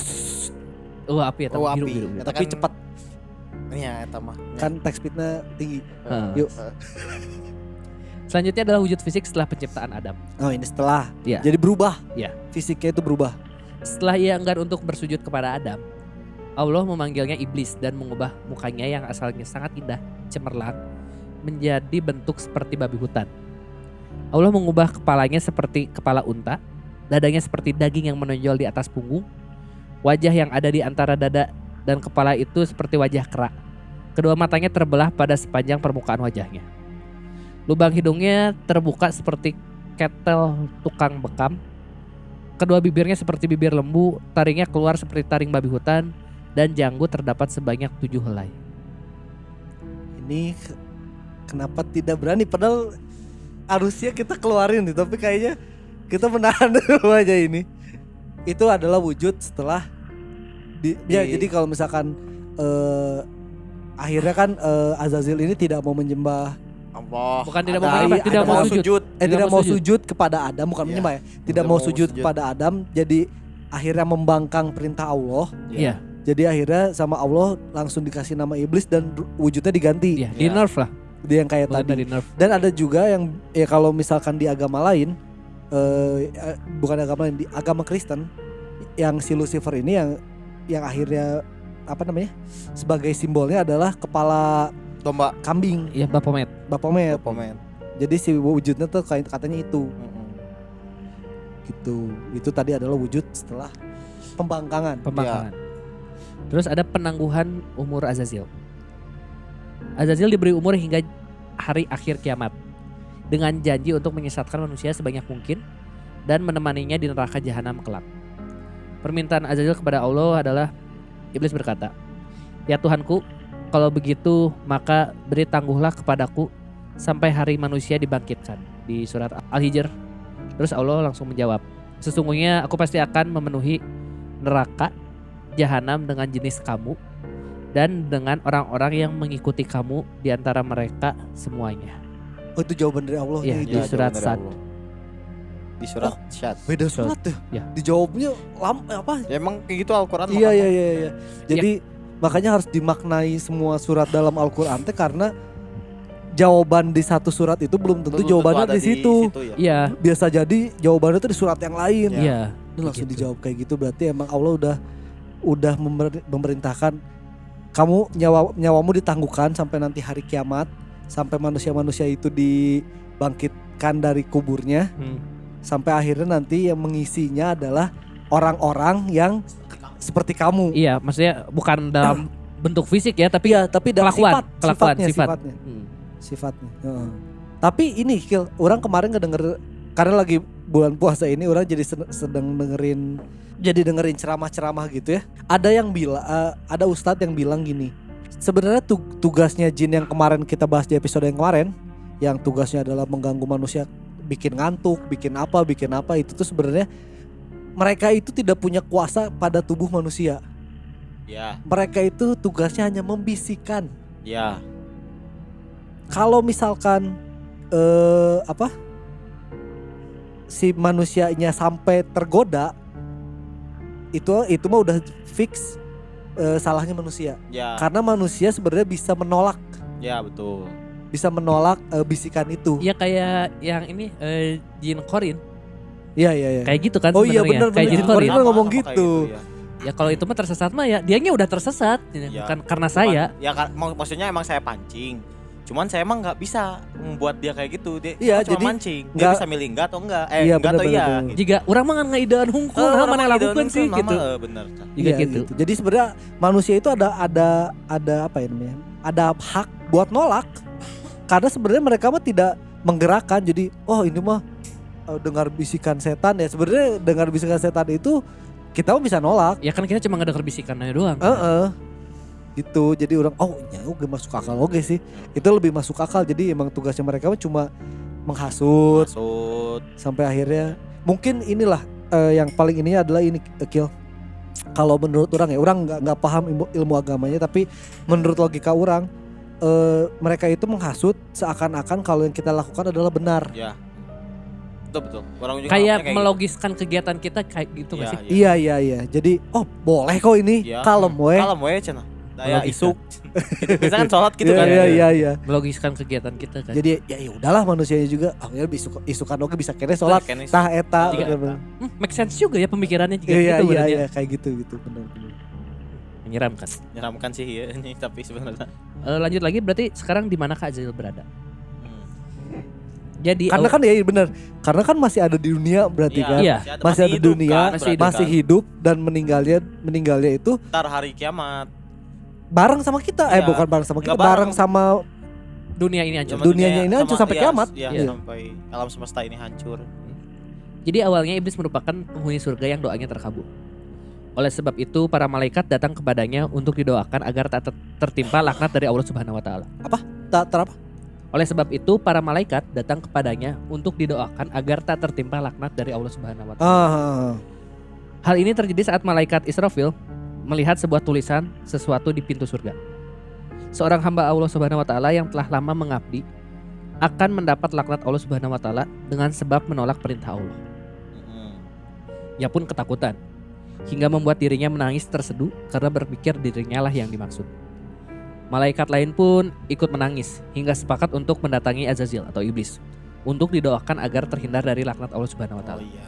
Oh api ya, Oh, biru, api. biru. Eta Tapi kan- cepat Iya, eta mah. kan, text speednya tinggi. Heeh. Yuk. Selanjutnya adalah wujud fisik setelah penciptaan Adam. Oh ini setelah. Iya. Jadi berubah. Iya. Fisiknya itu berubah. Setelah ia enggan untuk bersujud kepada Adam, Allah memanggilnya iblis dan mengubah mukanya yang asalnya sangat indah, cemerlang, menjadi bentuk seperti babi hutan. Allah mengubah kepalanya seperti kepala unta, dadanya seperti daging yang menonjol di atas punggung, wajah yang ada di antara dada dan kepala itu seperti wajah kera. Kedua matanya terbelah pada sepanjang permukaan wajahnya. Lubang hidungnya terbuka seperti ketel tukang bekam. Kedua bibirnya seperti bibir lembu, taringnya keluar seperti taring babi hutan, dan janggut terdapat sebanyak 7 helai. Ini kenapa tidak berani? Padahal harusnya kita keluarin nih, tapi kayaknya kita menahan dulu aja ini. Itu adalah wujud setelah ya, jadi kalau misalkan akhirnya kan Azazil ini tidak mau menyembah Allah. Bukan tidak mau Ada- menyembah, ada- tidak mau ada- sujud. tidak mau sujud kepada Adam, bukan Iya. menyembah ya. Tidak mau sujud kepada Adam, jadi akhirnya membangkang perintah Allah. Iya, Jadi akhirnya sama Allah langsung dikasih nama iblis dan wujudnya diganti. iya, di nerf lah. Dia yang kayak Bukan tadi. dari nerf. Dan ada juga yang ya kalau misalkan di agama lain bukan agama lain, di agama Kristen yang si Lucifer ini yang akhirnya apa namanya? Sebagai simbolnya adalah kepala Domba. kambing, Iya, Baphomet. Baphomet. Komen. Jadi si wujudnya tuh katanya itu gitu. Itu tadi adalah wujud setelah pembangkangan. Pembangkangan. Terus ada penangguhan umur Azazil. Azazil diberi umur hingga hari akhir kiamat dengan janji untuk menyesatkan manusia sebanyak mungkin dan menemaninya di neraka jahanam kelak. Permintaan Azazil kepada Allah adalah, iblis berkata, "Ya Tuhanku, kalau begitu maka beri tangguhlah kepadaku sampai hari manusia dibangkitkan." Di surat Al-Hijr. Terus Allah langsung menjawab, "Sesungguhnya aku pasti akan memenuhi neraka jahanam dengan jenis kamu dan dengan orang-orang yang mengikuti kamu di antara mereka semuanya." Oh itu jawaban dari Allah Iya, ya, di surat Sad. Di surat Syad. beda surat tuh. Ya. Dijawabnya apa? Ya emang kayak gitu Al-Quran. Iya. Jadi makanya harus dimaknai semua surat dalam Al-Qur'an teh karena jawaban di satu surat itu belum tentu jawabannya di situ. Ya. Iya, Biasa jadi jawabannya tuh di surat yang lain. Ya. iya. Ini langsung Begitu. dijawab kayak gitu, berarti emang Allah udah memerintahkan kamu nyawamu ditangguhkan sampai nanti hari kiamat, sampai manusia-manusia itu dibangkitkan dari kuburnya, sampai akhirnya nanti yang mengisinya adalah orang-orang yang seperti kamu. Iya, maksudnya bukan dalam bentuk fisik ya, tapi Iya, tapi dalam kelakuan, sifatnya. Hmm. Sifatnya. Heeh. Tapi ini Kil, orang kemarin ngedenger karena lagi bulan puasa ini orang jadi sedang dengerin ceramah-ceramah gitu ya. Ada yang bilang ada ustadz yang bilang gini. Sebenarnya tugasnya jin yang kemarin kita bahas di episode yang kemarin, yang tugasnya adalah mengganggu manusia, bikin ngantuk, bikin apa itu tuh sebenarnya mereka itu tidak punya kuasa pada tubuh manusia. Ya. Mereka itu tugasnya hanya membisikkan. Ya. Kalau misalkan si manusianya sampai tergoda, itu mah udah fix salahnya manusia. Ya. Karena manusia sebenarnya bisa menolak Betul. bisikan itu. Iya kayak yang ini Jin Korin. Iya. Kayak gitu kan Oh iya, sebenarnya. benar, Kayak benar. Jin Jin Korin. Korin mah ngomong gitu. Ya kalau itu mah tersesat mah ya dianya udah tersesat, Ya. bukan karena saya. Ya maksudnya emang saya pancing. Cuman saya emang nggak bisa membuat dia kayak gitu. Dia Iya, cuma jadi mancing. Dia nggak- bisa milih enggak atau enggak. Iya, Enggak atau iya. benar. Jika orang mah ngaidean hungkul, nah mana lakukan sih gitu. Bener. Juga Iya, gitu. Jadi sebenarnya manusia itu ada apa ya namanya? Ada hak buat nolak. Karena sebenarnya mereka mah tidak menggerakkan. Jadi ini mah dengar bisikan setan ya. Sebenarnya dengar bisikan setan itu kita mah bisa nolak. Ya kan kita cuma ngedenger bisikannya doang. Gitu. Jadi orang oke masuk akal oke sih. Itu lebih masuk akal. Jadi emang tugasnya mereka mah cuma menghasut Maksud. sampai akhirnya mungkin inilah yang paling ininya adalah ini Kill. Kalau menurut orang ya, orang nggak paham ilmu agamanya, tapi menurut logika orang mereka itu menghasut seakan-akan kalau yang kita lakukan adalah benar. Ya. Betul. Orang juga Kayak ngomongnya melogiskan kegiatan kita kayak gitu nggak sih? Iya. Iya. Jadi boleh kok ini, Iya. kalem we. Kalem we cenah. daya Melogiskan. isuk. Gitu. Biasanya kan sholat gitu kan. Iya. Melogiskan kegiatan kita kan. Jadi ya udahlah manusianya juga ya isukan oke bisa kene sholat Kene tah eta. Jika bener. Make sense juga ya pemikirannya juga Iya gitu berarti ya. iya kayak gitu benar. Menyeramkan. Menyeramkan sih ya ini tapi sebenarnya. Lanjut lagi berarti sekarang di mana Kak Azrael berada? Hmm. Jadi Karena kan ya benar. Karena kan masih ada di dunia berarti kan. Iya. Masih ada hidup dunia, kan, berarti masih kan. hidup dan meninggalnya itu Ntar hari kiamat. bareng sama kita. Iya. Bukan bareng sama kita, Nggak bareng. bareng sama dunia ini hancur. Zaman Dunianya ini hancur sampai kiamat. Iya, Iya. sampai alam semesta ini hancur. Jadi awalnya iblis merupakan penghuni surga yang doanya terkabul. Oleh sebab itu para malaikat datang kepadanya untuk didoakan agar tak tertimpa laknat dari Allah Subhanahu wa taala. tak terapa. Oleh sebab itu para malaikat datang kepadanya untuk didoakan agar tak tertimpa laknat dari Allah Subhanahu wa taala. Hal ini terjadi saat malaikat Israfil melihat sebuah tulisan sesuatu di pintu surga. Seorang hamba Allah Subhanahu wa taala yang telah lama mengabdi akan mendapat laknat Allah Subhanahu wa taala dengan sebab menolak perintah Allah. Ia pun ketakutan hingga membuat dirinya menangis terseduh karena berpikir dirinya lah yang dimaksud. Malaikat lain pun ikut menangis hingga sepakat untuk mendatangi Azazil atau iblis untuk didoakan agar terhindar dari laknat Allah Subhanahu wa taala. Oh iya.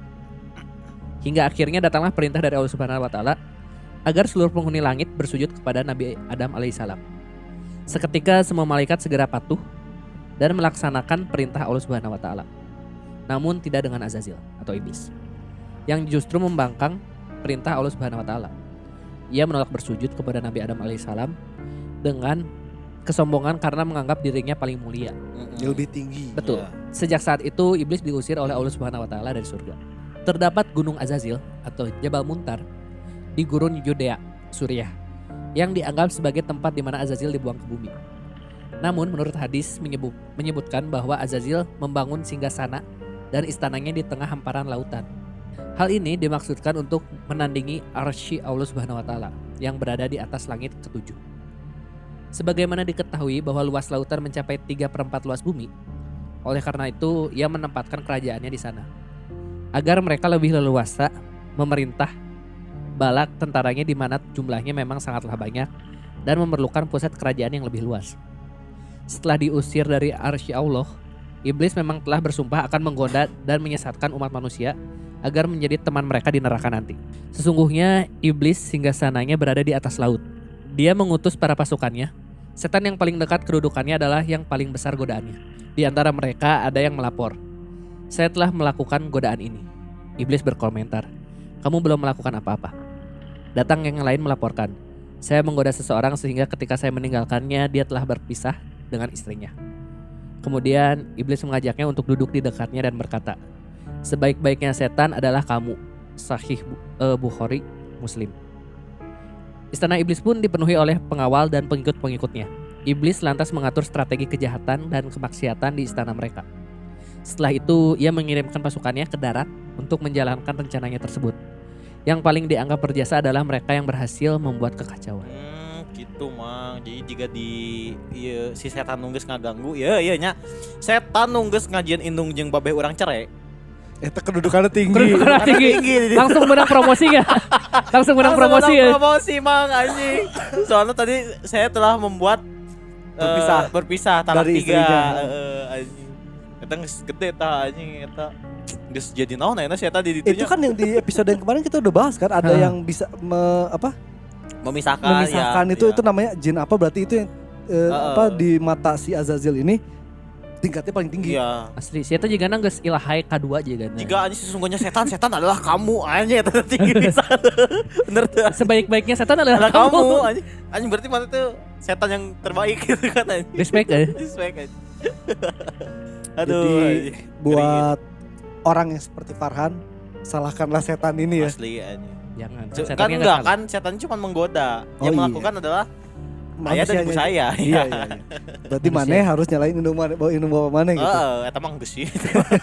Hingga akhirnya datanglah perintah dari Allah Subhanahu wa taala agar seluruh penghuni langit bersujud kepada Nabi Adam alaihissalam. Seketika semua malaikat segera patuh dan melaksanakan perintah Allah Subhanahu wa taala. Namun tidak dengan Azazil atau iblis yang justru membangkang perintah Allah Subhanahu wa taala. Ia menolak bersujud kepada Nabi Adam alaihissalam dengan kesombongan karena menganggap dirinya paling mulia. Dia lebih tinggi. Betul. Iya. Sejak saat itu iblis diusir oleh Allah Subhanahu wa taala dari surga. Terdapat Gunung Azazil atau Jabal Muntar di gurun Yudea, Suriah, yang dianggap sebagai tempat di mana Azazil dibuang ke bumi. Namun menurut hadis menyebutkan bahwa Azazil membangun singgasana dan istananya di tengah hamparan lautan. Hal ini dimaksudkan untuk menandingi arsy Allah Subhanahu wa taala yang berada di atas langit ketujuh. Sebagaimana diketahui bahwa luas lautan mencapai 3/4 luas bumi, oleh karena itu ia menempatkan kerajaannya di sana. Agar mereka lebih leluasa memerintah balak tentaranya di mana jumlahnya memang sangatlah banyak dan memerlukan pusat kerajaan yang lebih luas. Setelah diusir dari arsy Allah, iblis memang telah bersumpah akan menggoda dan menyesatkan umat manusia agar menjadi teman mereka di neraka nanti. Sesungguhnya iblis singgasananya berada di atas laut. Dia mengutus para pasukannya. Setan yang paling dekat kedudukannya adalah yang paling besar godaannya. Di antara mereka ada yang melapor, "Saya telah melakukan godaan ini." Iblis berkomentar, "Kamu belum melakukan apa-apa." Datang yang lain melaporkan, "Saya menggoda seseorang sehingga ketika saya meninggalkannya dia telah berpisah dengan istrinya." Kemudian iblis mengajaknya untuk duduk di dekatnya dan berkata, "Sebaik-baiknya setan adalah kamu." Sahih Bukhari Muslim. Istana iblis pun dipenuhi oleh pengawal dan pengikut-pengikutnya. Iblis lantas mengatur strategi kejahatan dan kemaksiatan di istana mereka. Setelah itu ia mengirimkan pasukannya ke darat untuk menjalankan rencananya tersebut. Yang paling dianggap berjasa adalah mereka yang berhasil membuat kekacauan. Gitu mang. Jadi jika di si setan nungges ngaganggu, iya nya. Setan nungges ngajian indung jeung babeh urang cerai. Eta kedudukannya tinggi. Kedudukannya tinggi. Langsung menang promosi gak? Langsung menang promosi ya? Promosi mang anjing. Soalnya tadi saya telah membuat berpisah talak dari 3. istrinya. Anjing. Eta geus gede tah anjing eta. Geus jadi naon eta si eta di ditu Itu kan yang di episode yang kemarin kita udah bahas kan, ada yang bisa memisahkan itu namanya jin apa, berarti itu yang di mata si Azazil ini tingkatnya paling tinggi. Iya. Asli, saya tuh juga nangges ilahai K2 juga. Jika anjing sesungguhnya setan adalah kamu anjing eta tinggi bisa. Bener tuh. Sebaik-baiknya setan adalah kamu kamu. anjing berarti mana tuh setan yang terbaik gitu kan anjing. Respect Respect anjing. Aduh. Jadi anjing. buat orang yang seperti Farhan, salahkanlah setan ini ya. Asli anjing. Jangan. Kan Setannya enggak salah. kan setan cuma menggoda. Oh, Yang iya. melakukan adalah ayah dan ibu Manusianya. saya. Iya. Berarti Manusia. mana harus nyalain indung bawa mana gitu. Eta mah geus sih.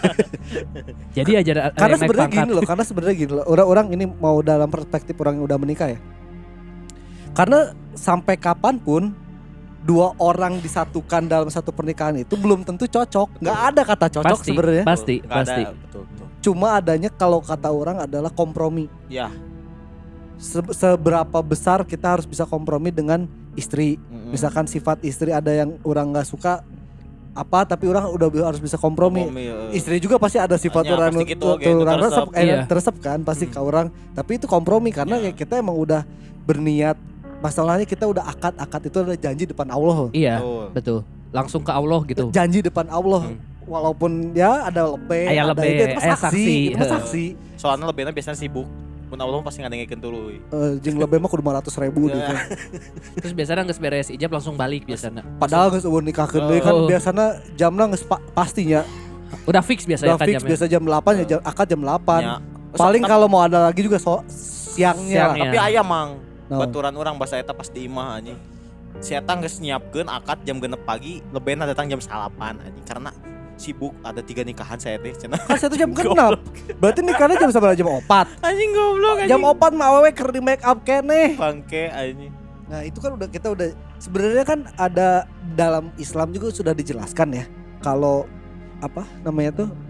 Jadi aja Karena sebenarnya gini loh, orang-orang ini mau dalam perspektif orang yang udah menikah ya. Karena sampai kapanpun dua orang disatukan dalam satu pernikahan itu belum tentu cocok. Nggak ada kata cocok sebenarnya. Pasti. Betul. Cuma adanya kalau kata orang adalah kompromi. Ya. seberapa besar kita harus bisa kompromi dengan istri. Misalkan sifat istri ada yang orang nggak suka apa, tapi orang udah harus bisa kompromi. Istri juga pasti ada sifat Hanya orang pasti gitu, gitu, orang resep, Iya. teresep kan pasti ke orang. Tapi itu kompromi karena Iya. kayak kita emang udah berniat. Masalahnya kita udah akad itu ada janji depan Allah. Iya, Betul. betul. Langsung ke Allah gitu. Janji depan Allah. Walaupun ya ada lebih, Aya ada lebih, itu mah aya saksi, saksi. itu mah saksi. Soalnya lebihnya biasanya sibuk. Mun Allah pasti ngadengkeun tuluy. Jeung lebih mah kudu 500.000 gitu. Terus biasanya geus beres ijab langsung balik biasanya. Padahal geus eueuh nikahkeun deui kan Oh. biasana jamna geus pastinya. Udah fix biasanya Udah fix jamnya. biasa jam 8 ya akad jam 8. Ya. Paling kalau mau ada lagi juga siangnya. Siangnya. Tapi aya mang Naon? baturan orang bahasa eta pasti imah anjing. Si eta geus nyiapkeun akad jam 6 pagi, lebihna datang jam 8 anjing karena sibuk ada 3 nikahan saya teh cenah. Kan satu jam genap. Berarti nikahnya jam sabaraha jam 4. Anjing goblok anjing. Jam 4 mah awewe keur di make up keneh. bangke anjing. Nah, itu kan kita udah sebenarnya kan ada dalam Islam juga sudah dijelaskan ya. Kalau apa namanya tuh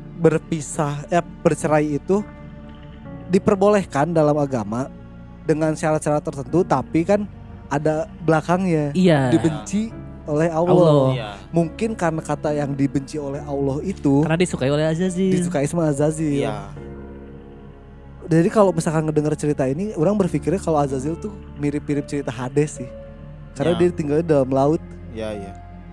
bercerai itu diperbolehkan dalam agama dengan syarat-syarat tertentu, tapi kan ada belakangnya Iya. dibenci oleh Allah. Allah. Iya. Mungkin karena kata yang dibenci oleh Allah itu Karena disukai oleh Azazil. disukai sama Azazil. Iya. Jadi kalau misalkan ngedenger cerita ini, orang berpikirnya kalau Azazil tuh mirip-mirip cerita Hades sih. Karena Ya. dia tinggalnya dalam laut. Iya, iya.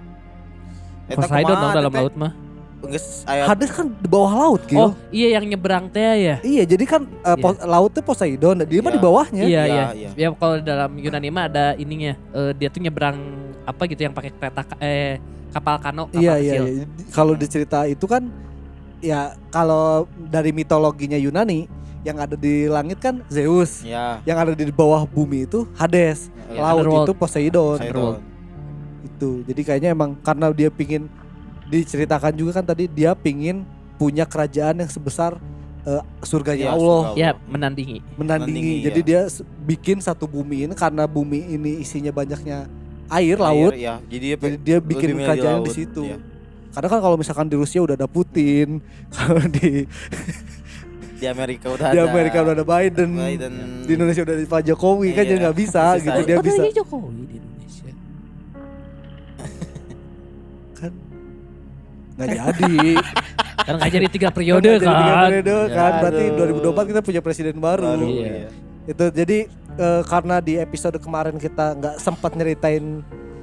Poseidon dong dalam laut mah. Geus aya Hades kan di bawah laut, Gil. Oh iya yang nyebrang teh ya. Iya, jadi kan lautnya Poseidon, dia mah Iya. di bawahnya. Iya Iya, iya. iya. Ya kalau dalam Yunani mah ada ininya. Dia tuh nyebrang apa gitu yang pakai kereta kapal kano, kapal Iya, kecil. iya. Kalau di cerita itu kan ya kalau dari mitologinya Yunani yang ada di langit kan Zeus, Iya. yang ada di bawah bumi itu Hades, Iya. laut Underworld. itu Poseidon. Poseidon. Itu. Jadi kayaknya emang karena dia pingin diceritakan juga kan tadi dia pingin punya kerajaan yang sebesar surganya Iya, Allah. surga Ya Allah. menandingi. Menandingi. Menandingi, Jadi ya. dia bikin satu bumi ini karena bumi ini isinya banyaknya air laut. Iya, jadi Jadi dia bikin lebih milih kerajaan di laut, situ. iya. Karena kan kalau misalkan di Rusia udah ada Putin, kalau Di Amerika udah di ada. Amerika udah ada Biden, Biden. di Indonesia udah ada Pak Jokowi kan Iya. jadi nggak bisa Bisa gitu saja. dia bisa. Lagi Jokowi di Indonesia. Kan nggak jadi. Kan nggak jadi 3 periode Nggak jadi tiga kan. periode kan. Berarti Aduh. 2024 kita punya presiden baru. Baru, Iya. iya. Itu jadi karena di episode kemarin kita nggak sempat nyeritain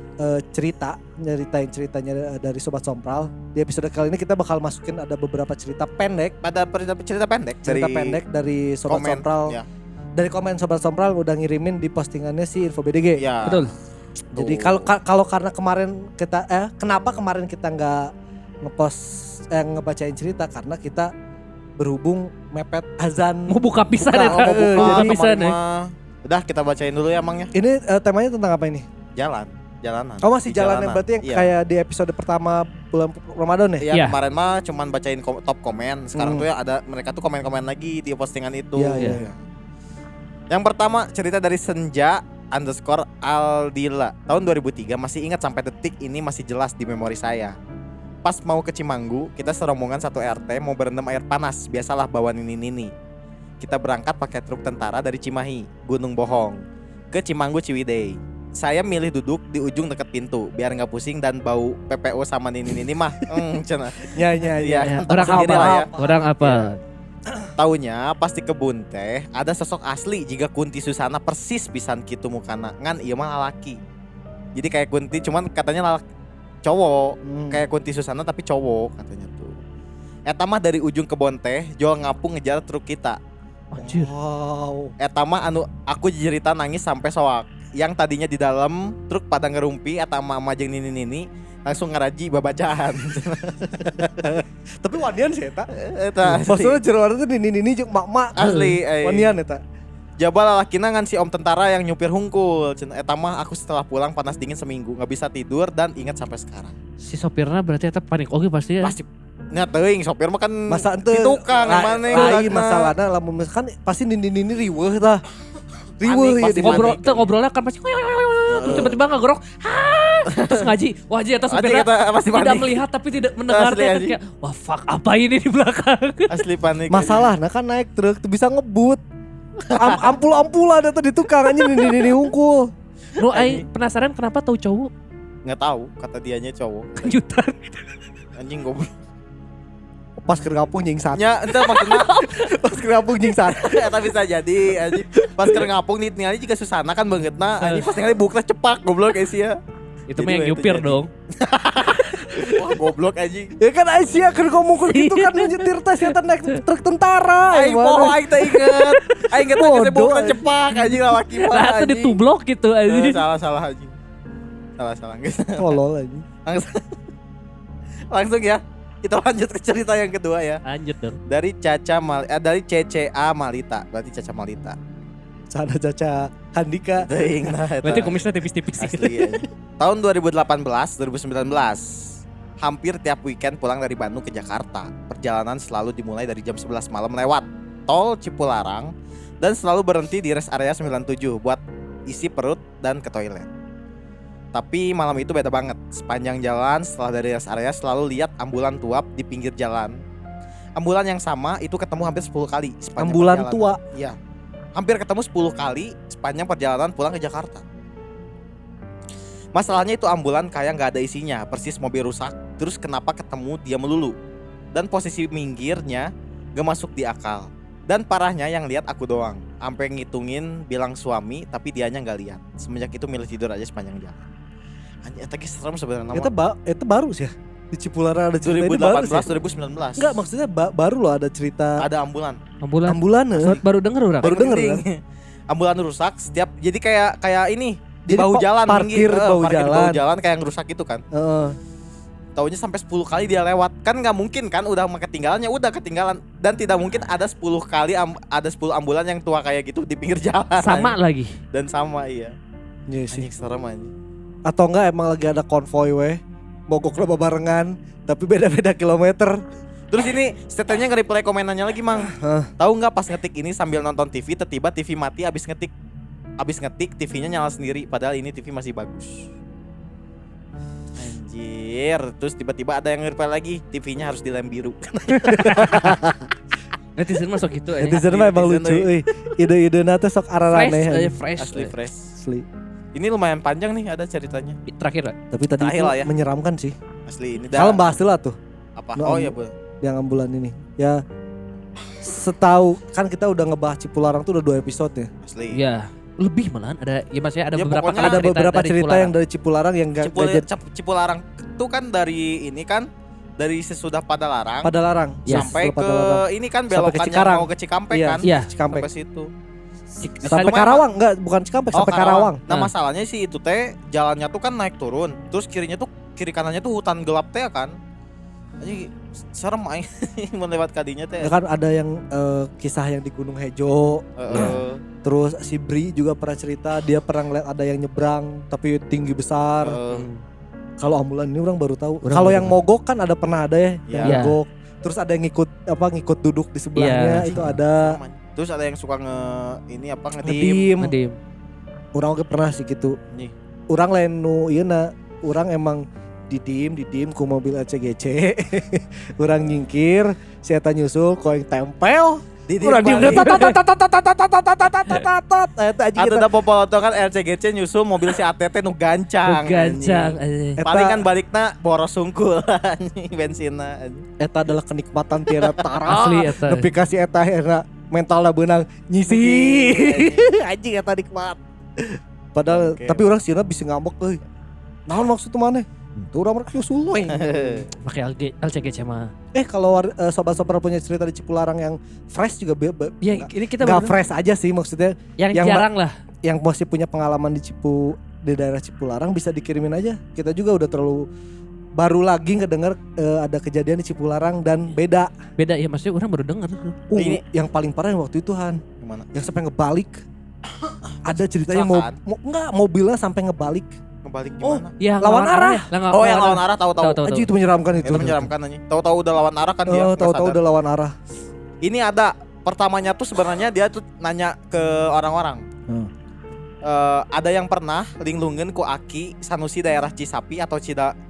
nyeritain ceritanya dari Sobat Sompral. Di episode kali ini kita bakal masukin ada beberapa cerita pendek, Pada cerita pendek pendek dari Sobat komen, Sompral. ya. Dari komen Sobat Sompral udah ngirimin di postingannya si Info BDG. Ya. Betul. Jadi kalau karena kemarin kita kenapa kemarin kita nggak ngebacain cerita karena kita berhubung mepet azan. Mau buka pisan Buka, eta. mau buka. Buka Jadi pisan ya. Udah kita bacain dulu ya emangnya. Ini temanya tentang apa ini? Jalanan. Oh masih Di jalan yang berarti yang Iya. kayak di episode pertama bulan Ramadan ya? Iya, Iya. kemarin mah cuman bacain top komen. Sekarang Hmm. tuh ya ada mereka tuh komen-komen lagi di postingan itu. Iya, iya. Yang pertama cerita dari Senja_Aldila tahun 2003, masih ingat sampai detik ini, masih jelas di memori saya. Pas mau ke Cimanggu, kita serombongan satu RT mau berendam air panas. Biasalah bawa nini-nini. Kita berangkat pakai truk tentara dari Cimahi, Gunung Bohong, ke Cimanggu Ciwidey. Saya milih duduk di ujung dekat pintu biar nggak pusing dan bau PPO sama nini-nini mah. Cenah. Ya. Iya, Ya, tahu orang sendiri apa? lah ya. Orang apa? Taunya pas di kebun teh ada sosok asli jika Kunti Susana persis pisan kitu mukana ngan ieu mah lalaki. Jadi kayak Kunti cuman katanya cowok, kayak Kunti Susana tapi cowok katanya tuh. Eta mah dari ujung kebun teh jual ngapung ngejar truk kita. Anjir. Wow. Eta mah anu aku cerita nangis sampai soak. Yang tadinya di dalam truk pada ngerumpi eta mah jeung nini-nini langsung ngaraji babacaan. Tapi wanian sih eta. Eta Maksudnya jeroan itu nini jeung mak-mak. asli. Wanian eta. Jabal lalakina ngan si om tentara yang nyupir hungkul. Eta mah aku setelah pulang panas dingin seminggu, nggak bisa tidur dan ingat sampai sekarang. Si sopirnya berarti eta panik oke pasti ya. Pasti nya teuing sopir mah kan Masa ente di tukang mana lain masalahna lamun kan pasti nini riweuh tah. Riweuh Panik, ya pasti di Ngobrol, tuh ngobrolnya kan pasti terus tiba-tiba ngagorok. Terus ngaji. Wah, aja eta Pasti sopirnya kita pasti tidak panik. melihat tapi tidak mendengar Asli, teh anjing. kayak wah fuck apa ini di belakang. Asli panik. Masalahna kan naik truk tuh bisa ngebut. Ampul-ampulan eta di tukang anjing ini hungkul. Nu aing penasaran kenapa tahu cowok Nggak tahu, kata dianya cowok. kejutan. Anjing goblok. Pas ke ngapung nyingsat. Nya ente maksudnya Pas ke ngapung nyingsat. eta bisa jadi anjing. Pas keur ngapung nih ningali juga susana kan bangetna anjing pas ningali bukna cepak goblok guys ya. Itu Jadi mah yang itu nyupir jadi. dong. Wah goblok anjing. Ya kan Aisyah kan ngomong gitu kan nyetir tes eta naik truk tentara. Aing poho aing teh inget. Aing inget geus Bodoh, bukna anjing. cepak anjing lalaki mah. Lah itu anjing. ditublok gitu anjing. Salah anjing. Salah guys. Tolol anjing. Langsung ya. Kita lanjut ke cerita yang kedua ya. Lanjut dong. Dari dari CCA Malita. Berarti Caca Malita. Sana Caca Handika. Teuing nah eta. Berarti kumisnya tipis-tipis gitu. Asli ya. Tahun 2018, 2019 hampir tiap weekend pulang dari Bandung ke Jakarta. Perjalanan selalu dimulai dari jam 11 malam lewat tol Cipularang dan selalu berhenti di rest area 97 buat isi perut dan ke toilet. Tapi malam itu beda banget. Sepanjang jalan setelah dari rest area selalu lihat ambulan tuap di pinggir jalan. Ambulan yang sama itu ketemu hampir 10 kali sepanjang Ambulan perjalanan. tua. Iya. Hampir ketemu 10 kali sepanjang perjalanan pulang ke Jakarta. Masalahnya itu ambulan kayak nggak ada isinya, persis mobil rusak. Terus kenapa ketemu dia melulu? Dan posisi minggirnya gak masuk di akal. Dan parahnya yang lihat aku doang. Sampai ngitungin bilang suami, tapi dianya nggak lihat. Semenjak itu milih tidur aja sepanjang jalan. Anjir, eta ge serem sebenarnya. Itu baru sih ya. Di Cipularang ada cerita ini baru sih. 2018, 2019. Enggak, maksudnya baru loh ada cerita Ada ambulan. ambulan. Baru denger orang. Baru denger kan? Ambulan rusak setiap jadi kayak ini di Jadi bahu jalan parkir minggir, bahu parkir di jalan. bahu jalan kayak ngerusak gitu kan. Heeh. Taunya sampai 10 kali dia lewat. Kan nggak mungkin kan udah ketinggalannya udah ketinggalan dan tidak mungkin ada 10 kali ada 10 ambulan yang tua kayak gitu di pinggir jalan. Sama lagi. Dan sama iya. Iya sih. Anjing serem anjing. Atau enggak emang lagi ada konvoy weh. Mogok lo barengan tapi beda-beda kilometer. Terus ini setelnya nge-reply komenannya lagi mang. Hah. Tahu nggak pas ngetik ini sambil nonton TV tiba-tiba TV mati abis ngetik TV-nya nyala sendiri padahal ini TV masih bagus. Anjir, terus tiba-tiba ada yang nge-reply lagi TV-nya harus dilem biru. Netizen masuk gitu aja. Netizen mah emang netizen, lucu euy. Ide-ide nate sok Fresh, araraneh. fresh. Asli fresh. Asli. Ini lumayan panjang nih ada ceritanya. Terakhir lah. Tapi tadi Terakhir itu lah ya. menyeramkan sih. Asli ini Kalau bahas lah tuh apa? No, Oh iya, Bu. yang ambulan ini. Ya setahu kan kita udah ngebahas Cipularang tuh udah 2 episode ya. Asli. Iya. Lebih malahan ada ya maksudnya ada Ya, beberapa pokoknya kali Ada beberapa dari cerita Cipularang. yang dari Cipularang yang gak jadi Cipularang itu kan dari ini kan dari sesudah Padalarang pada larang. Yes, sampai setelah ke Padalarang. ini kan Sampai ke belokannya Cikarang. mau ke Cikampek Iya. kan? Iya. Cikampek. Sampai situ. Sampai lumayan, Karawang enggak, bukan Cikampek, Oh, sampai Karawang. Nah, Nah. masalahnya sih itu teh jalannya tuh kan naik turun. Terus kiri kanannya tuh hutan gelap teh kan. Jadi serem aing melewat kadinya teh. Ya kan ada yang kisah yang di Gunung Hejo. Terus si Bri juga pernah cerita dia pernah ngeliat ada yang nyebrang tapi tinggi besar. Kalau ambulan ini orang baru tahu. Orang Kalau baru yang tahu. mogok kan ada pernah ada ya, yang Iya. mogok. Terus ada yang ngikut duduk di sebelahnya Iya. itu ada. Terus ada yang suka ngedim. Ngedim. Ngedim. Orang oke pernah sih gitu. Nih. Orang lain nu ieu na, orang emang didim ku mobil LCGC. Orang nyingkir, si eta nyusul kok yang tempel. Urang diem tat tat tat tat tat tat tat tat tat tat tat. Eta anjing Atau eta. udah popoloto kan RCGC nyusul mobil si ATT nu gancang. Gancang. anjing. Eta- Paling kan balikna boros sungkul anjing bensinna. anjing. Eta adalah kenikmatan tiada tara. Asli eta. Nepi ka si eta era mentalna beunang nyisi. Anjing eta nikmat. Padahal Oke. tapi orang sieuna bisa ngambek euy. Naon maksud maneh? Tuh urang rek nyusul we. Pakai LCGC mah. Kalau sobat-sobat punya cerita di Cipularang yang fresh juga Ya ini kita nggak baru fresh aja sih maksudnya yang yang jarang lah. yang masih punya pengalaman di daerah Cipularang bisa dikirimin aja. Kita juga udah terlalu baru lagi ngedenger ada kejadian di Cipularang dan beda. Beda ya maksudnya orang baru denger. Ini- Yang paling parah yang waktu itu Han, Gimana? yang sampai ngebalik. Ada ceritanya Kecelakaan? mobilnya sampai ngebalik. Ngebalik Oh, gimana? Ya Lawan arah. Oh, yang lawan arah tahu-tahu. Tahu. Anjing itu menyeramkan itu. Itu menyeramkan anjing. Tahu-tahu udah lawan arah kan dia. Oh, nggak tahu-tahu sadar. udah lawan arah. Ini ada pertamanya tuh sebenarnya dia tuh nanya ke orang-orang. Hmm. Ada yang pernah linglungen ku Aki Sanusi daerah Cisapi atau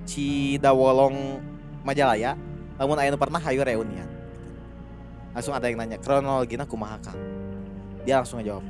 Cidawolong Majalaya. Namun aya nu pernah hayu reunian. Langsung ada yang nanya kronologina kumaha Kang. Dia langsung ngejawab.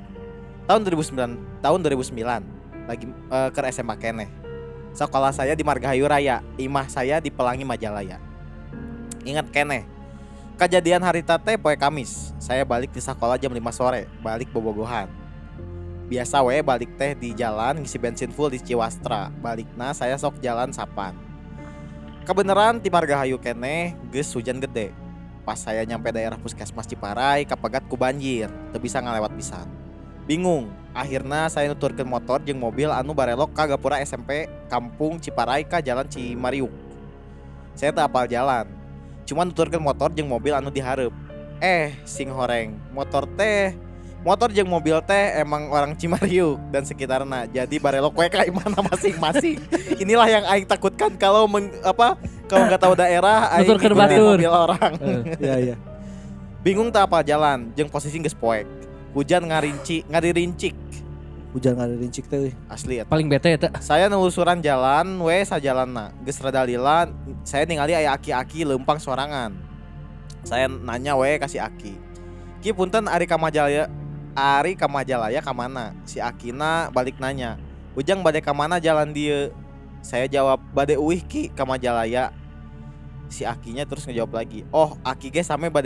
Tahun 2009 lagi ke SMA keneh. Sekolah saya di Margahayu Raya, imah saya di Pelangi Majalaya. Ingat keneh. Kejadian hari teh poe Kamis. Saya balik di sekolah jam 5 sore, balik bobogohan. Biasa we balik teh di jalan ngisi bensin full di Ciwastra. Balikna saya sok jalan sapan. Kebeneran di Margahayu keneh geus hujan gede. Pas saya nyampe daerah Puskesmas Ciparai kapagat ku banjir, teu bisa ngalewat pisan. Bingung, akhirnya saya nuturkeun motor jeung mobil anu barelok ka gapura SMP Kampung Ciparai ka Jalan Cimariuk. Saya teu apal jalan, cuma nuturkeun motor jeung mobil anu dihareup. Sing horeng, motor jeung mobil teh emang orang Cimariuk dan sekitarnya. Jadi barelok we ka imana masing-masing. Inilah yang aing takutkan kalau kalau nggak tahu daerah aing Nuturkeun ikutin batur. mobil orang. Iya. Bingung teu apal jalan jeung posisi geus poek. Hujan ngaririncik. Hujan ada rincik teh. Asli eta. Paling bete eta. Saya nelusuran jalan we sajalanna. Geus rada lila, saya ningali aya aki-aki leumpang sorangan. Saya nanya we ka si aki. Ki punten Ari ka Majalaya ka mana? Si akina balik nanya. Ujang bade ka mana jalan dieu? Saya jawab bade uih ki ka Majalaya. Si akinya terus ngejawab lagi. Oh, aki ge sami bade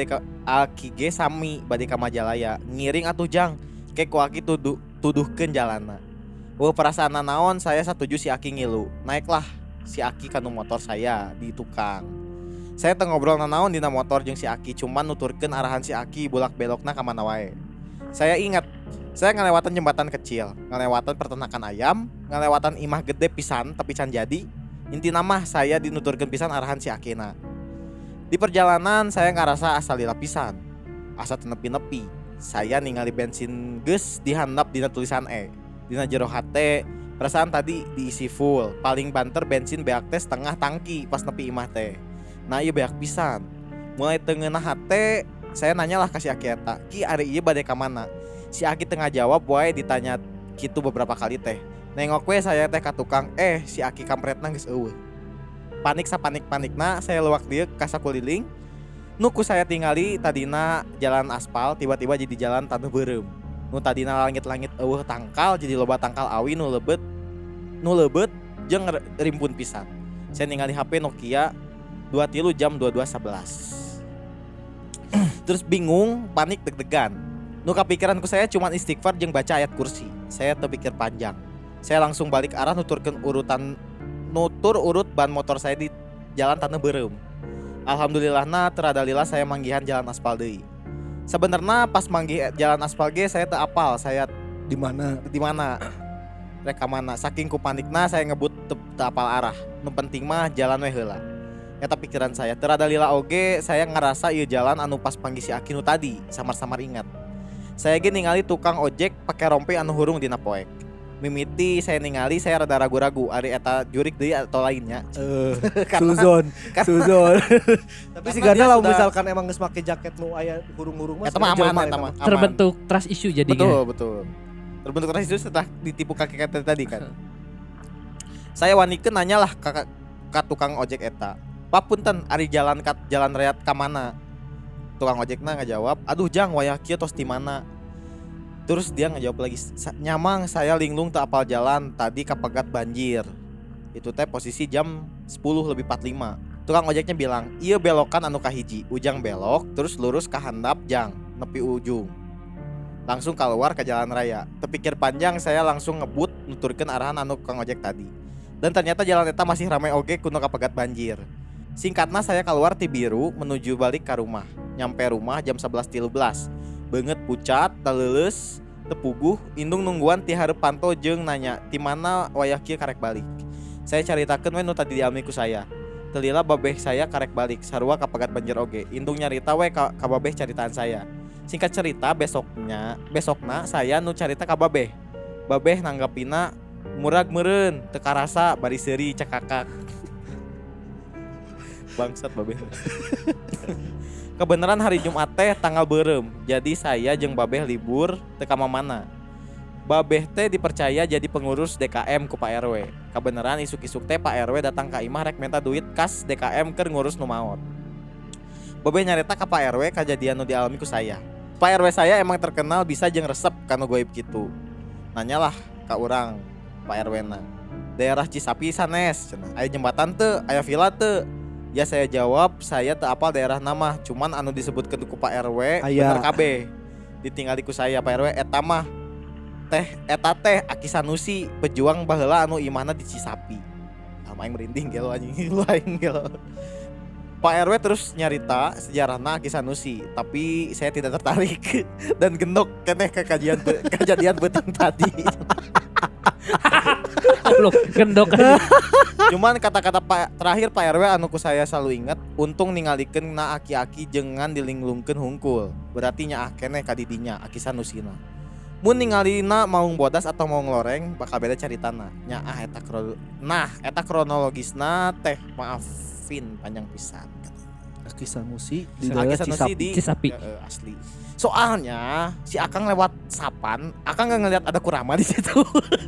ka Majalaya. Ngiring atuh Jang. Ke ku aki tuduhkeun jalanna. Perasaan naon saya setuju si aki ngilu. Naiklah si aki kanu motor saya di tukang. Saya teu ngobrol nanaon dina motor jeung si aki, cuman nuturkeun arahan si aki bulak belokna ka mana wae. Saya ingat, saya ngelewatan jembatan kecil, ngelewatan peternakan ayam, ngelewatan imah gede pisan tapi can jadi. Intina mah saya dinuturkeun pisan arahan si akina. Di perjalanan saya ngarasa asa lila pisan, asa teu nepi-nepi. Saya ningali bensin geus dihandap dina tulisan dina jero hate. Perasaan tadi diisi full, paling banter bensin beak teh setengah tangki pas nepi imah teh. Nah ieu beak pisan. Mulai teu ngeunah hate, saya nanyalah ka si aki eta, "Ki ari ieu bade ka mana?" Si aki tengah jawab wae ditanya kitu beberapa kali teh. Nengok we saya teh ka tukang, si aki kampretna geus eueuh. Panik sapanik-panikna saya leuwak dieu ka sakuliling. Nuku saya tingali tadina jalan aspal tiba-tiba jadi jalan taneuh beureum. Nu tadina langit-langit eueuh tangkal jadi loba tangkal awi nu leubet jeung rimpun pisan. Saya ningali HP Nokia 23 jam 22.11. Terus bingung, panik, deg-degan. Nu kapikiranku saya cuma istighfar jeung baca ayat kursi. Saya terpikir panjang. Saya langsung balik arah nutur urut ban motor saya di jalan taneuh beureum. Alhamdulillahna terada lila saya manggihan jalan aspal deui. Sebenarnya pas manggih jalan aspal ge saya teu apal saya Di mana? rek ka mana. Saking ku panikna saya ngebut teu apal arah. Nu penting mah jalan we heula. Eta pikiran saya. Terada lila oge saya ngerasa ieu jalan anu pas panggih si aki nu tadi, samar-samar ingat. Saya ge ningali tukang ojek pake rompi anu hurung dina poek. Mimiti saya ningali saya rada ragu-ragu ari eta jurik deui atau lainnya. Suzon. Tapi si Karena Gana dia lah sudah- misalkan emang geus make jaket nu aya hurung-hurung Eta mah aman, eta mah. Terbentuk trust issue jadinya. Betul. Terbentuk trust issue setelah ditipu kaki kata tadi kan. Saya wanikeun nanyalah ka tukang ojek eta. "Pak punten ari jalan raya ka mana?" Tukang ojekna ngajawab, "Aduh Jang, wayah kieu tos di mana?" Terus dia ngejawab lagi, "Nyamang saya linglung teu apal jalan, tadi kapegat banjir." Itu teh posisi jam 10:45. Tukang ojeknya bilang, "Ieu belokan anu kahiji, Ujang belok, terus lurus ka handap Jang, nepi ujung." Langsung keluar ke jalan raya. Terpikir panjang saya langsung ngebut nuturkeun arahan anu tukang ojek tadi. Dan ternyata jalan eta masih ramai oge kuno kapegat banjir. Singkatnya saya keluar ti Biru menuju balik ke rumah. Nyampe rumah jam 11.13. Beungeut pucat, taleuleus, tepuguh, indung nungguan ti hareup panto jeung nanya, "Ti mana wayah kieu karek balik?" Saya caritakeun we nu tadi dialami ku saya. Teu lila babeh saya karek balik, sarua kapegat banjir oge. Indung nyarita we ka babeh caritaan saya. Singkat cerita besokna saya nu carita ka babeh. Babeh nanggapina murag meureun, teu karasa bari seuri cekakak. Bangsat babeh. Kebenaran hari Jumat teh tanggal beureum. Jadi saya jeung babeh libur teu ka mana. Babeh teh dipercaya jadi pengurus DKM ku Pak RW. Kebenaran isuk-isuk teh Pak RW datang ka imah rek minta duit kas DKM keur ngurus nu maot. Babeh nyarita ka Pak RW kajadian nu dialami ku saya. Pak RW saya emang terkenal bisa jeung resep kana goib gitu. Nanyalah ka urang Pak RW na. Daerah Cisapi sanes cenah. Aya jembatan teu, aya villa teu. Ya saya jawab, saya teu apal daerah nama, cuman anu disebutkeun ku Pak RW bener kabeh. Ditinggali ku saya Pak RW eta mah eta teh Aki Sanusi, pejuang baheula anu imahna di Cisapi. Aing merinding gelo anjing lu aing gelo. Pak RW terus nyarita sejarahna Aki Sanusi, tapi saya tidak tertarik dan gendok keneh ke kejadian beuteung tadi. Loh, gendok aja. Cuman kata-kata terakhir Pak RW anu ku saya selalu ingat, untung ningalikeun na aki-aki jangan dilinglungkeun hungkul. Berarti nyaah keneh ka didinya Aki Sanusina. Mun ningalina maung bodas atau maung loreng bakal beda caritana. Nyaah eta kronologisna teh maafin panjang pisan katanya. Aki Sanusi di Aki daerah Sanusi di Cisapi. asli. Soalnya si Akang lewat Sapan, Akang nggak ngeliat ada kurama di situ.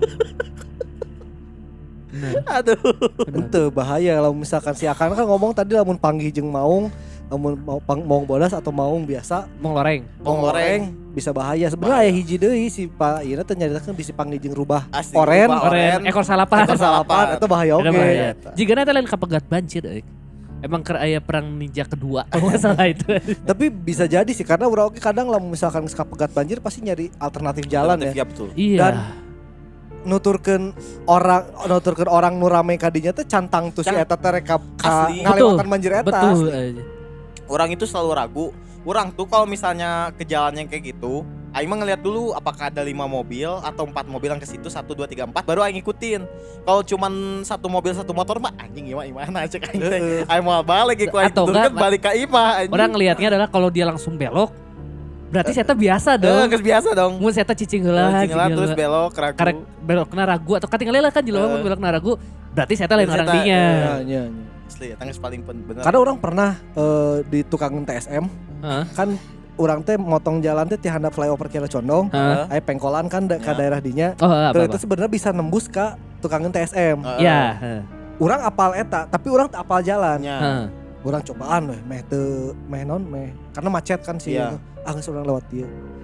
Aduh. Ente bahaya kalau misalkan si Akan kan ngomong tadi lamun panggih jeung maung, lamun maung bodas atau maung biasa, Mau loreng. maung loreng bisa bahaya. Sebenarnya aya hiji deui si Pak Ira teh nyaritakeun bisi panggih jeung rubah Asli, oren, rubah Oren ekor salapan. Ekor salapan. itu bahaya Ada oge. bahaya. Eta. Jigana teh lain kapegat banjir euy. Emang keur aya perang ninja kedua kalau masalah itu. Tapi bisa jadi sih karena urang oge kadang lamun misalkan geus kapegat banjir pasti nyari alternatif jalan ya. Iya betul. Iya. Dan nuturkeun orang nu rame kadinya teh cantang tuh si eta teh rek Asli. ngalewatan banjir eta. Betul. Orang itu selalu ragu. Orang tuh kalau misalnya ke jalan yang kayak gitu, aing mah ngeliat dulu apakah ada 5 mobil atau 4 mobil yang ke situ 1 2 3 4 baru aing ngikutin. Kalau cuman 1 mobil 1 motor mah anjing gimana cek aing teh. Aing mau balik iku aing Atau turun enggak, balik ka imah anjing. Orang ngelihatnya adalah kalau dia langsung belok, berarti saya biasa dong. Geus biasa dong. Mun saya cicing heula, Cingela terus belok ragu. karek belokna ragu atau kating heula kan jelema mun belokna ragu, berarti saya lain Berarti orang eta, dinya. Nya. Asli eta geus paling bener. Karena orang pernah di tukang TSM Heeh. kan orang teh motong jalan teh ti handap flyover Kiara Condong, Heeh. aya pengkolan kan ka Ya. daerah dinya. Oh, Tuh, apa? itu sebenarnya bisa nembus ka tukang TSM. Ya, heeh. Urang apal eta, tapi urang teu apal jalan. nya. Heeh. Urang cobaan weh meh teu karena macet kan sih. Iya. Geus urang lewat dieu.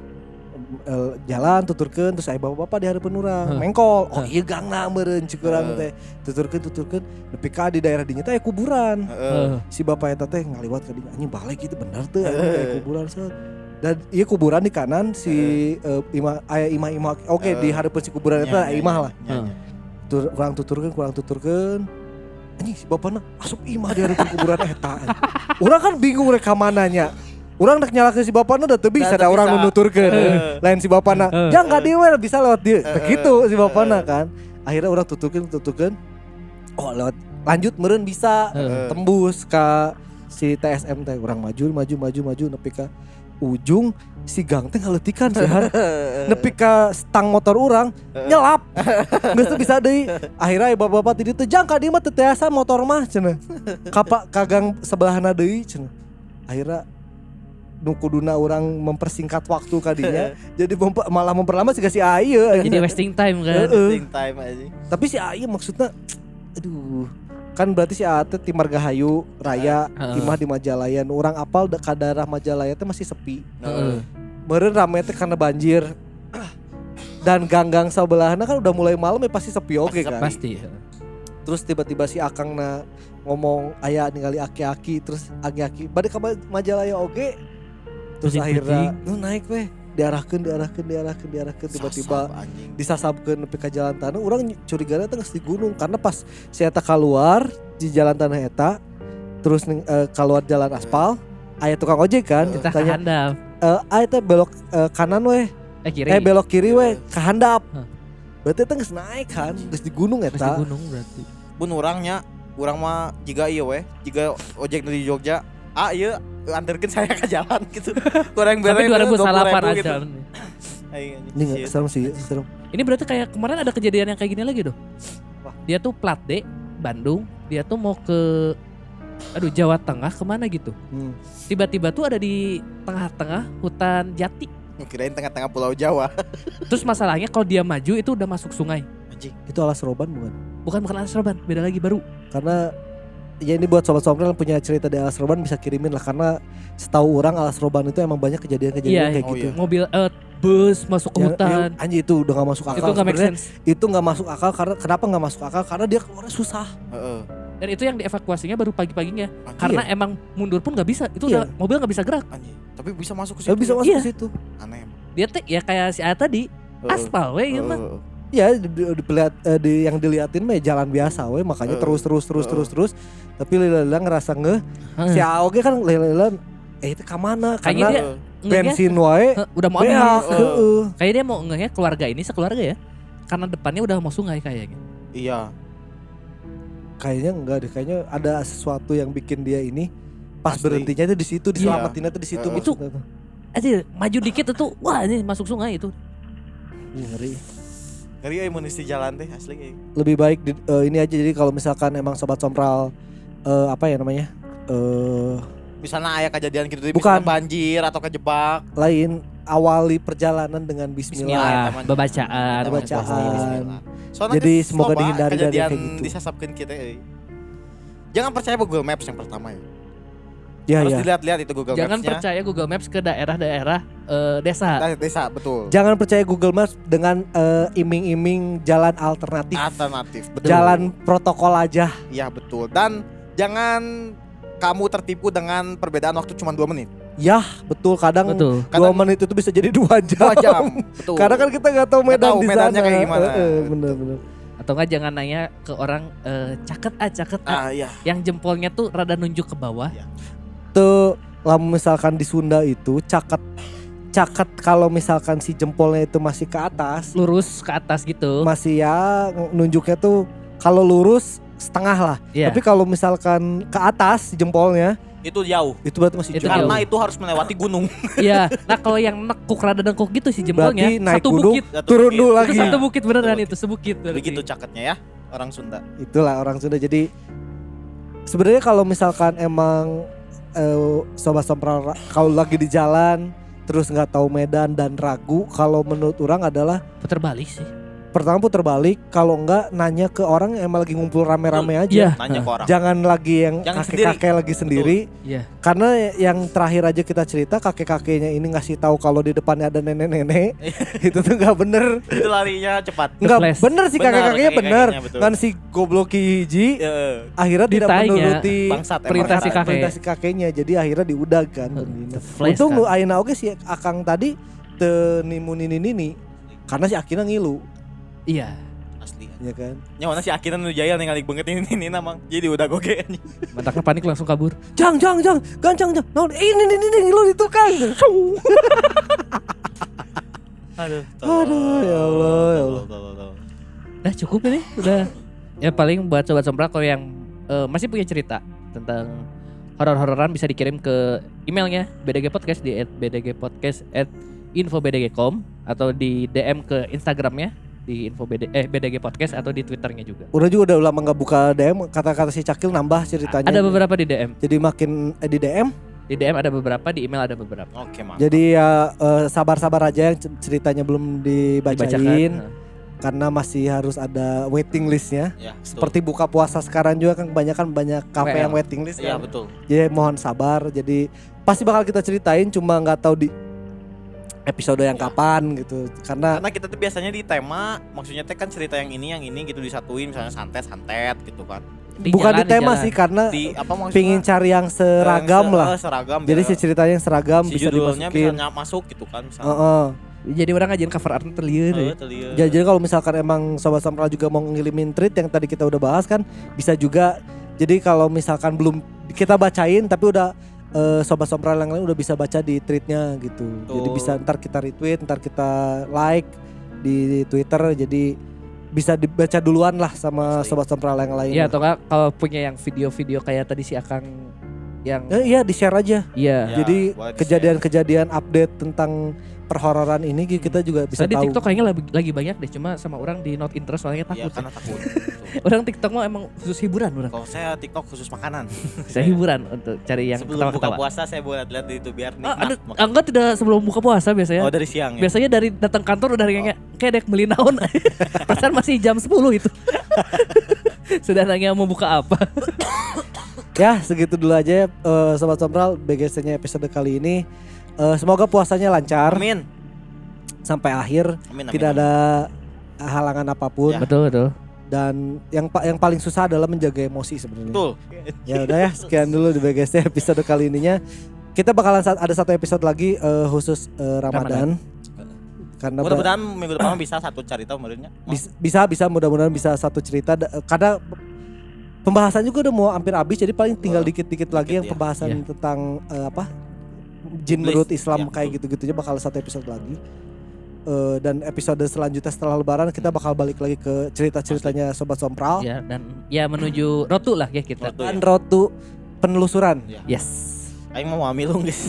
Jalan tuturkeun terus aya bapak-bapak di hareupeun urang Heeh. mengkol. Oh iya gangna meureun cik urang teh. Tuturkeun nepi ka di daerah dinya teh aya kuburan. Heeh. Si bapak eta teh ngaliwat ka dinya anjing balik gitu bener teu aya kuburan set. Dan iya kuburan di kanan si imah oke di hareupeun si kuburan eta aya imah lah. Kurang tuturkeun anjing si bapana asup imah di hareupeun kuburan eta. Urang kan bingung rek ka mananya. Urang rek nyalakeun si bapana da teu bisa da urang nu nuturkeun. Lain si bapana, "Jang ka dieu we bisa lewat dieu." Begitu si bapana kan. Akhirnya urang tuturkeun. Oh, lewat lanjut meureun bisa tembus ka si TSM teh. Urang maju nepi ka ujung si gang teh ngaleutikan sehan. Nepi ka stang motor urang nyelap. Geus teu bisa deui. Akhirnya bapak-bapak di dieu teh jang ka dieu mah teu tiasa motor mah cenah. Ka gang sebelahna deui cenah. Akhirnya nu kuduna orang mempersingkat waktu kadinya jadi malah memperlama sih si Ayu. Jadi wasting time kan. Wasting time aja. Tapi si Ayu maksudnya aduh kan berarti si Ate di Margahayu Raya imah di Majalayan orang apal ka daerah Majalaya teh masih sepi. Heeh. Meureun rame teh karena banjir. Dan gang-gang sebelahna kan udah mulai malam ya pasti sepi oge kan. Pasti. Terus tiba-tiba si Akangna ngomong aya ningali aki-aki terus aki-aki bade ka Majalaya oge. Terus akhirnya naik weh diarahkeun tiba-tiba disasabkeun nepi ka jalan tanah. Urang curigana teh geus di gunung karena pas si eta keluar di jalan tanah eta terus keluar jalan aspal aya tukang ojek kan Kita tanya handap. aya teh belok kanan weh Kiri. belok kiri weh ka handap. Berarti eta geus naik kan geus di gunung Masih eta. gunung berarti. Bun urangnya urang mah jiga ieu we jiga ojek di Jogja ieu anterkeun saya ke jalan gitu. Kurang Tapi bere 2008 aja. Ini serem sih, serem. Ini berarti kayak kemarin ada kejadian yang kayak gini lagi doh. Dia tuh plat D Bandung, dia tuh mau ke Jawa Tengah kemana gitu. Tiba-tiba tuh ada di tengah-tengah hutan jati. Kirain tengah-tengah Pulau Jawa. Terus masalahnya kalau dia maju itu udah masuk sungai. Anjing. Itu alas roban bukan? Bukan alas roban, beda lagi baru. Karena ya ini buat sobat-sobat yang punya cerita di Alas Roban bisa kirimin lah, karena setahu orang Alas Roban itu emang banyak kejadian-kejadian kayak gitu. Mobil bus masuk ke hutan. Anjir itu udah gak masuk akal. Itu gak make Sebenarnya sense. itu gak masuk akal karena kenapa gak masuk akal? Karena dia keluarnya susah. Dan itu yang dievakuasinya baru pagi-paginya. Anjir. Karena emang mundur pun gak bisa. Itu Iya. udah mobil gak bisa gerak. Anjing. Tapi bisa masuk ke situ. Tapi bisa masuk Iya. ke situ. Aneh. Dia teh ya kayak si A tadi. Aspal we gitu mah. Ya yang diliatin mah ya jalan biasa we, makanya terus. Tapi Lila ngerasa si Aoge kan Lila itu kemana? Kayaknya dia Karena ngehnya, bensin wae udah mau beak, habis. heeh. Kayaknya dia mau ngehnya keluarga ini sekeluarga ya. Karena depannya udah mau sungai kayaknya. Iya. Kayaknya enggak deh, kayaknya ada sesuatu yang bikin dia ini pas Asli. berhentinya itu di situ, diselamatinnya tuh di situ. Itu maksudnya tuh. Aja maju dikit itu wah ini masuk sungai itu. Ih, ngeri. Ngeri euy mun di jalan teh asli euy. Lebih baik ini aja, jadi kalau misalkan emang sobat sompral apa ya namanya? Misalnya aya kejadian gitu Bukan. misalnya banjir atau kejebak. Lain awali perjalanan dengan bismillah. Bismillah. Nah, bacaan. Bacaan. Soalnya Jadi kan semoga loba dihindari dari kejadian kayak gitu. disasapkeun kita euy. Jangan percaya Google Maps yang pertama ya. Ya Harus ya. dilihat-lihat itu Google Jangan Maps-nya. percaya Google Maps ke daerah-daerah desa. Desa, betul. Jangan percaya Google Maps dengan iming-iming jalan alternatif. Alternatif, betul. Jalan protokol aja. Iya, betul. Dan jangan kamu tertipu dengan perbedaan waktu cuma 2 menit. Yah, betul. Kadang Betul. 2 menit itu bisa jadi 2 jam. 2 jam. Betul. Karena kan kita nggak tahu Nggak medan tahu di medannya sana. kayak gimana. Bener-bener. Atau enggak jangan nanya ke orang caket iya. yang jempolnya tuh rada nunjuk ke bawah. Tuh, lamun misalkan di Sunda itu caket kalau misalkan si jempolnya itu masih ke atas, Lurus ke atas gitu. masih ya nunjuknya tuh kalau lurus setengah lah. Iya. Tapi kalau misalkan ke atas jempolnya Itu jauh. itu berarti masih Itu jauh. Karena itu harus melewati gunung. Iya. Nah, kalau yang nekuk rada nekuk gitu si jempolnya Berarti naik satu gunung, bukit. turun dulu Itu lagi. satu bukit beneran Betul. itu, sebukit berarti. Begitu caketnya ya orang Sunda. Itulah orang Sunda. Jadi sebenarnya kalau misalkan emang sobat sompral kalau lagi di jalan terus nggak tahu medan dan ragu, kalau menurut orang adalah Puter balik sih. pertama putar balik, kalau enggak nanya ke orang yang emang lagi ngumpul rame-rame Iya. aja. Nanya ke orang. Jangan lagi yang Jangan kakek-kakek lagi sendiri. Iya. Karena yang terakhir aja kita cerita kakek-kakeknya ini ngasih tahu kalau di depannya ada nenek-nenek. Itu tuh nggak bener. Itu larinya cepat. Nggak flash. bener sih Bener, kakek-kakeknya bener. kakek-kakeknya betul. Kan si goblok hiji akhirnya tidak Ditanya, menuruti Bangsat emang. perintah si kakek. perintah si kakeknya. Jadi akhirnya diudag kan. The flash Untung kan. ayeuna oge si Akang tadi teu nimu nini karena si Akina ngilu, Iya. Asli. ya kan. Nyawana si Akina nu jaya ningali banget ini namang. Jadi udah goge anjing. Mantaknya panik langsung kabur. Jang, gancang. Nah, ini ngilu di tukang. Aduh. Aduh, ya Allah, ya Allah. Udah cukup ini, udah. Ya paling buat sobat sompral kalau yang masih punya cerita tentang horor-hororan bisa dikirim ke emailnya BDG Podcast di @bdgpodcast@infobdg.com atau di DM ke Instagramnya di BDG Podcast atau di Twitternya juga. Udah juga udah lama nggak buka DM, kata-kata si Cakil nambah ceritanya. Ada beberapa di DM. Jadi makin di DM. Di DM ada beberapa, di email ada beberapa. Oke, Mang. Jadi ya sabar-sabar aja yang ceritanya belum dibacain. Dibacakan. Karena masih harus ada waiting listnya. Ya, betul. Seperti buka puasa sekarang juga kan kebanyakan banyak kafe WL. yang waiting list Iya, kan. betul. Jadi mohon sabar. Jadi pasti bakal kita ceritain, cuma nggak tahu di episode yang kapan gitu. Karena Karena kita tuh biasanya di tema, maksudnya teh kan cerita yang ini gitu disatuin, misalnya santet gitu kan. bukan di tema jalan. sih, karena Di apa maksudnya? pingin cari yang seragam lah. Seragam. Jadi biar si ceritanya yang seragam si bisa judulnya dimasukin. bisa masuk gitu kan misalnya. Heeh. Jadi orang ngajin cover art terlihat. Jadi kalau misalkan emang sobat sampral juga mau ngirimin tweet yang tadi kita udah bahas kan bisa juga. Jadi kalau misalkan belum kita bacain tapi udah sobat sampral yang lain udah bisa baca di tweetnya gitu. Jadi bisa ntar kita retweet, ntar kita like di Twitter. Jadi bisa dibaca duluan lah sama Asli. sobat sampral yang lain. Iya atau enggak kalau punya yang video-video kayak tadi si Akang yang Iya di share aja. iya. Ya, Jadi boleh di-share. kejadian-kejadian update tentang perhororan ini kita juga bisa Saya di tahu. TikTok kayaknya lagi banyak deh, cuma sama orang di not interest soalnya Iya, takut. karena takut. Betul. Orang TikTok mah emang khusus hiburan orang. Kalau saya TikTok khusus makanan. Saya hiburan untuk cari yang Sebelum buka ketawa-ketawa. puasa saya buat lihat itu biar nikmat. Enggak tidak sebelum buka puasa biasanya. Oh, dari siang ya. Biasanya dari datang kantor udah kayak dek beli naon. Perasaan masih jam 10 itu. Sudah nanya mau buka apa. Ya segitu dulu aja ya, Sobat Sombral BGST-nya episode kali ini. Semoga puasanya lancar Amin. sampai akhir, Amin. tidak ada halangan apapun. Ya. Betul. Dan yang paling susah adalah menjaga emosi sebenarnya. Betul. Ya udah ya, sekian dulu di BGST episode kali ininya. Kita bakalan ada satu episode lagi khusus Ramadan. Karena Mudah-mudahan minggu depan bisa satu cerita menurutnya. bisa mudah-mudahan bisa satu cerita karena pembahasan juga udah mau hampir habis, jadi paling tinggal dikit-dikit lagi yang ya. pembahasan Iya. tentang jin Iblis. menurut Islam Ya, kayak gitu-gitunya bakal satu episode lagi. Dan episode selanjutnya setelah lebaran kita bakal balik lagi ke cerita-ceritanya Sobat Sompral Ya, dan ya menuju rotu lah ya kita. Rotu. dan road to penelusuran. Yes. Aing mau ambil guys.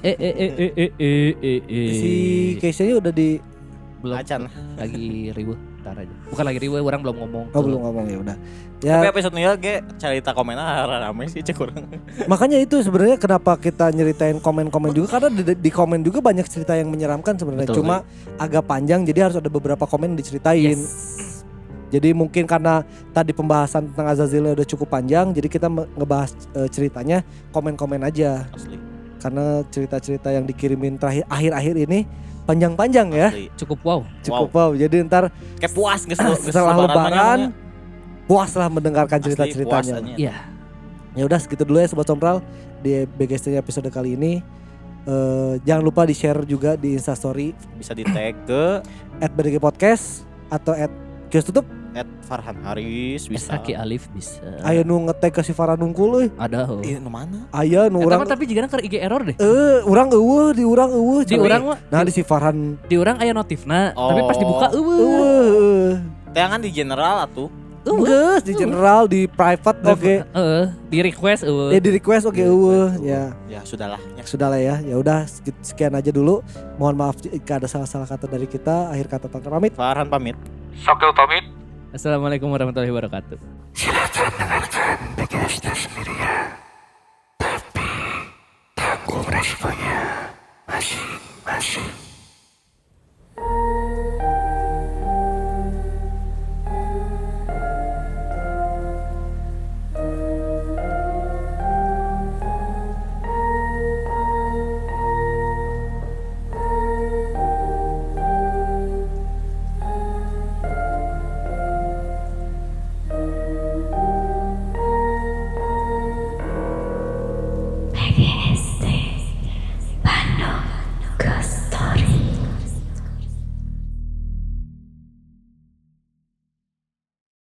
Si case-nya udah di Belum. Acan. Lagi ribu. Ntar aja. Bukan lagi ribu, orang belum ngomong. belum ngomong ya udah. Tapi Ya episode ini ge cerita komentar rame sih cek urang. makanya itu sebenarnya kenapa kita nyeritain komen-komen juga, karena di komen juga banyak cerita yang menyeramkan sebenarnya. Betul, Cuma agak panjang jadi harus ada beberapa komen diceritain. Yes. Jadi mungkin karena tadi pembahasan tentang Azazil udah cukup panjang, jadi kita ngebahas ceritanya komen-komen aja. Asli. Karena cerita-cerita yang dikirimin terakhir akhir-akhir ini panjang-panjang ya. Asli. Cukup wow. Cukup wow. Jadi ntar Kayak puas geus setelah lebaran puaslah mendengarkan Asli, cerita-ceritanya. puasanya. Iya. Ya udah segitu dulu ya Sobat Sompral di BGST episode kali ini. Jangan lupa di-share juga di Instastory Bisa di tag ke @BDG Podcast atau @kios tutup. Farhan Haris bisa. Saki Alif bisa. Ayo nu ngetag ke si Farah Nungkul euy. Ada. Oh. Nu mana? Aya nu urang Tapi jika ke IG error deh. urang eueuh di urang eueuh. Di coba. orang mah Nah di si Farhan di orang aya notifna, tapi pas Oh. dibuka eueuh. Tayangan di general atuh. Geus di general di private oke. Di request Ya di request oke eueuh ya. Ya sudahlah. Sudah lah ya. Ya udah sekian aja dulu. Mohon maaf jika ada salah-salah kata dari kita. Akhir kata Tangkar pamit. Farhan pamit. Sakil pamit. Assalamualaikum warahmatullahi wabarakatuh. Silakan dengarkan BGST sendiri ya. Tapi tanggung resikonya masing-masing.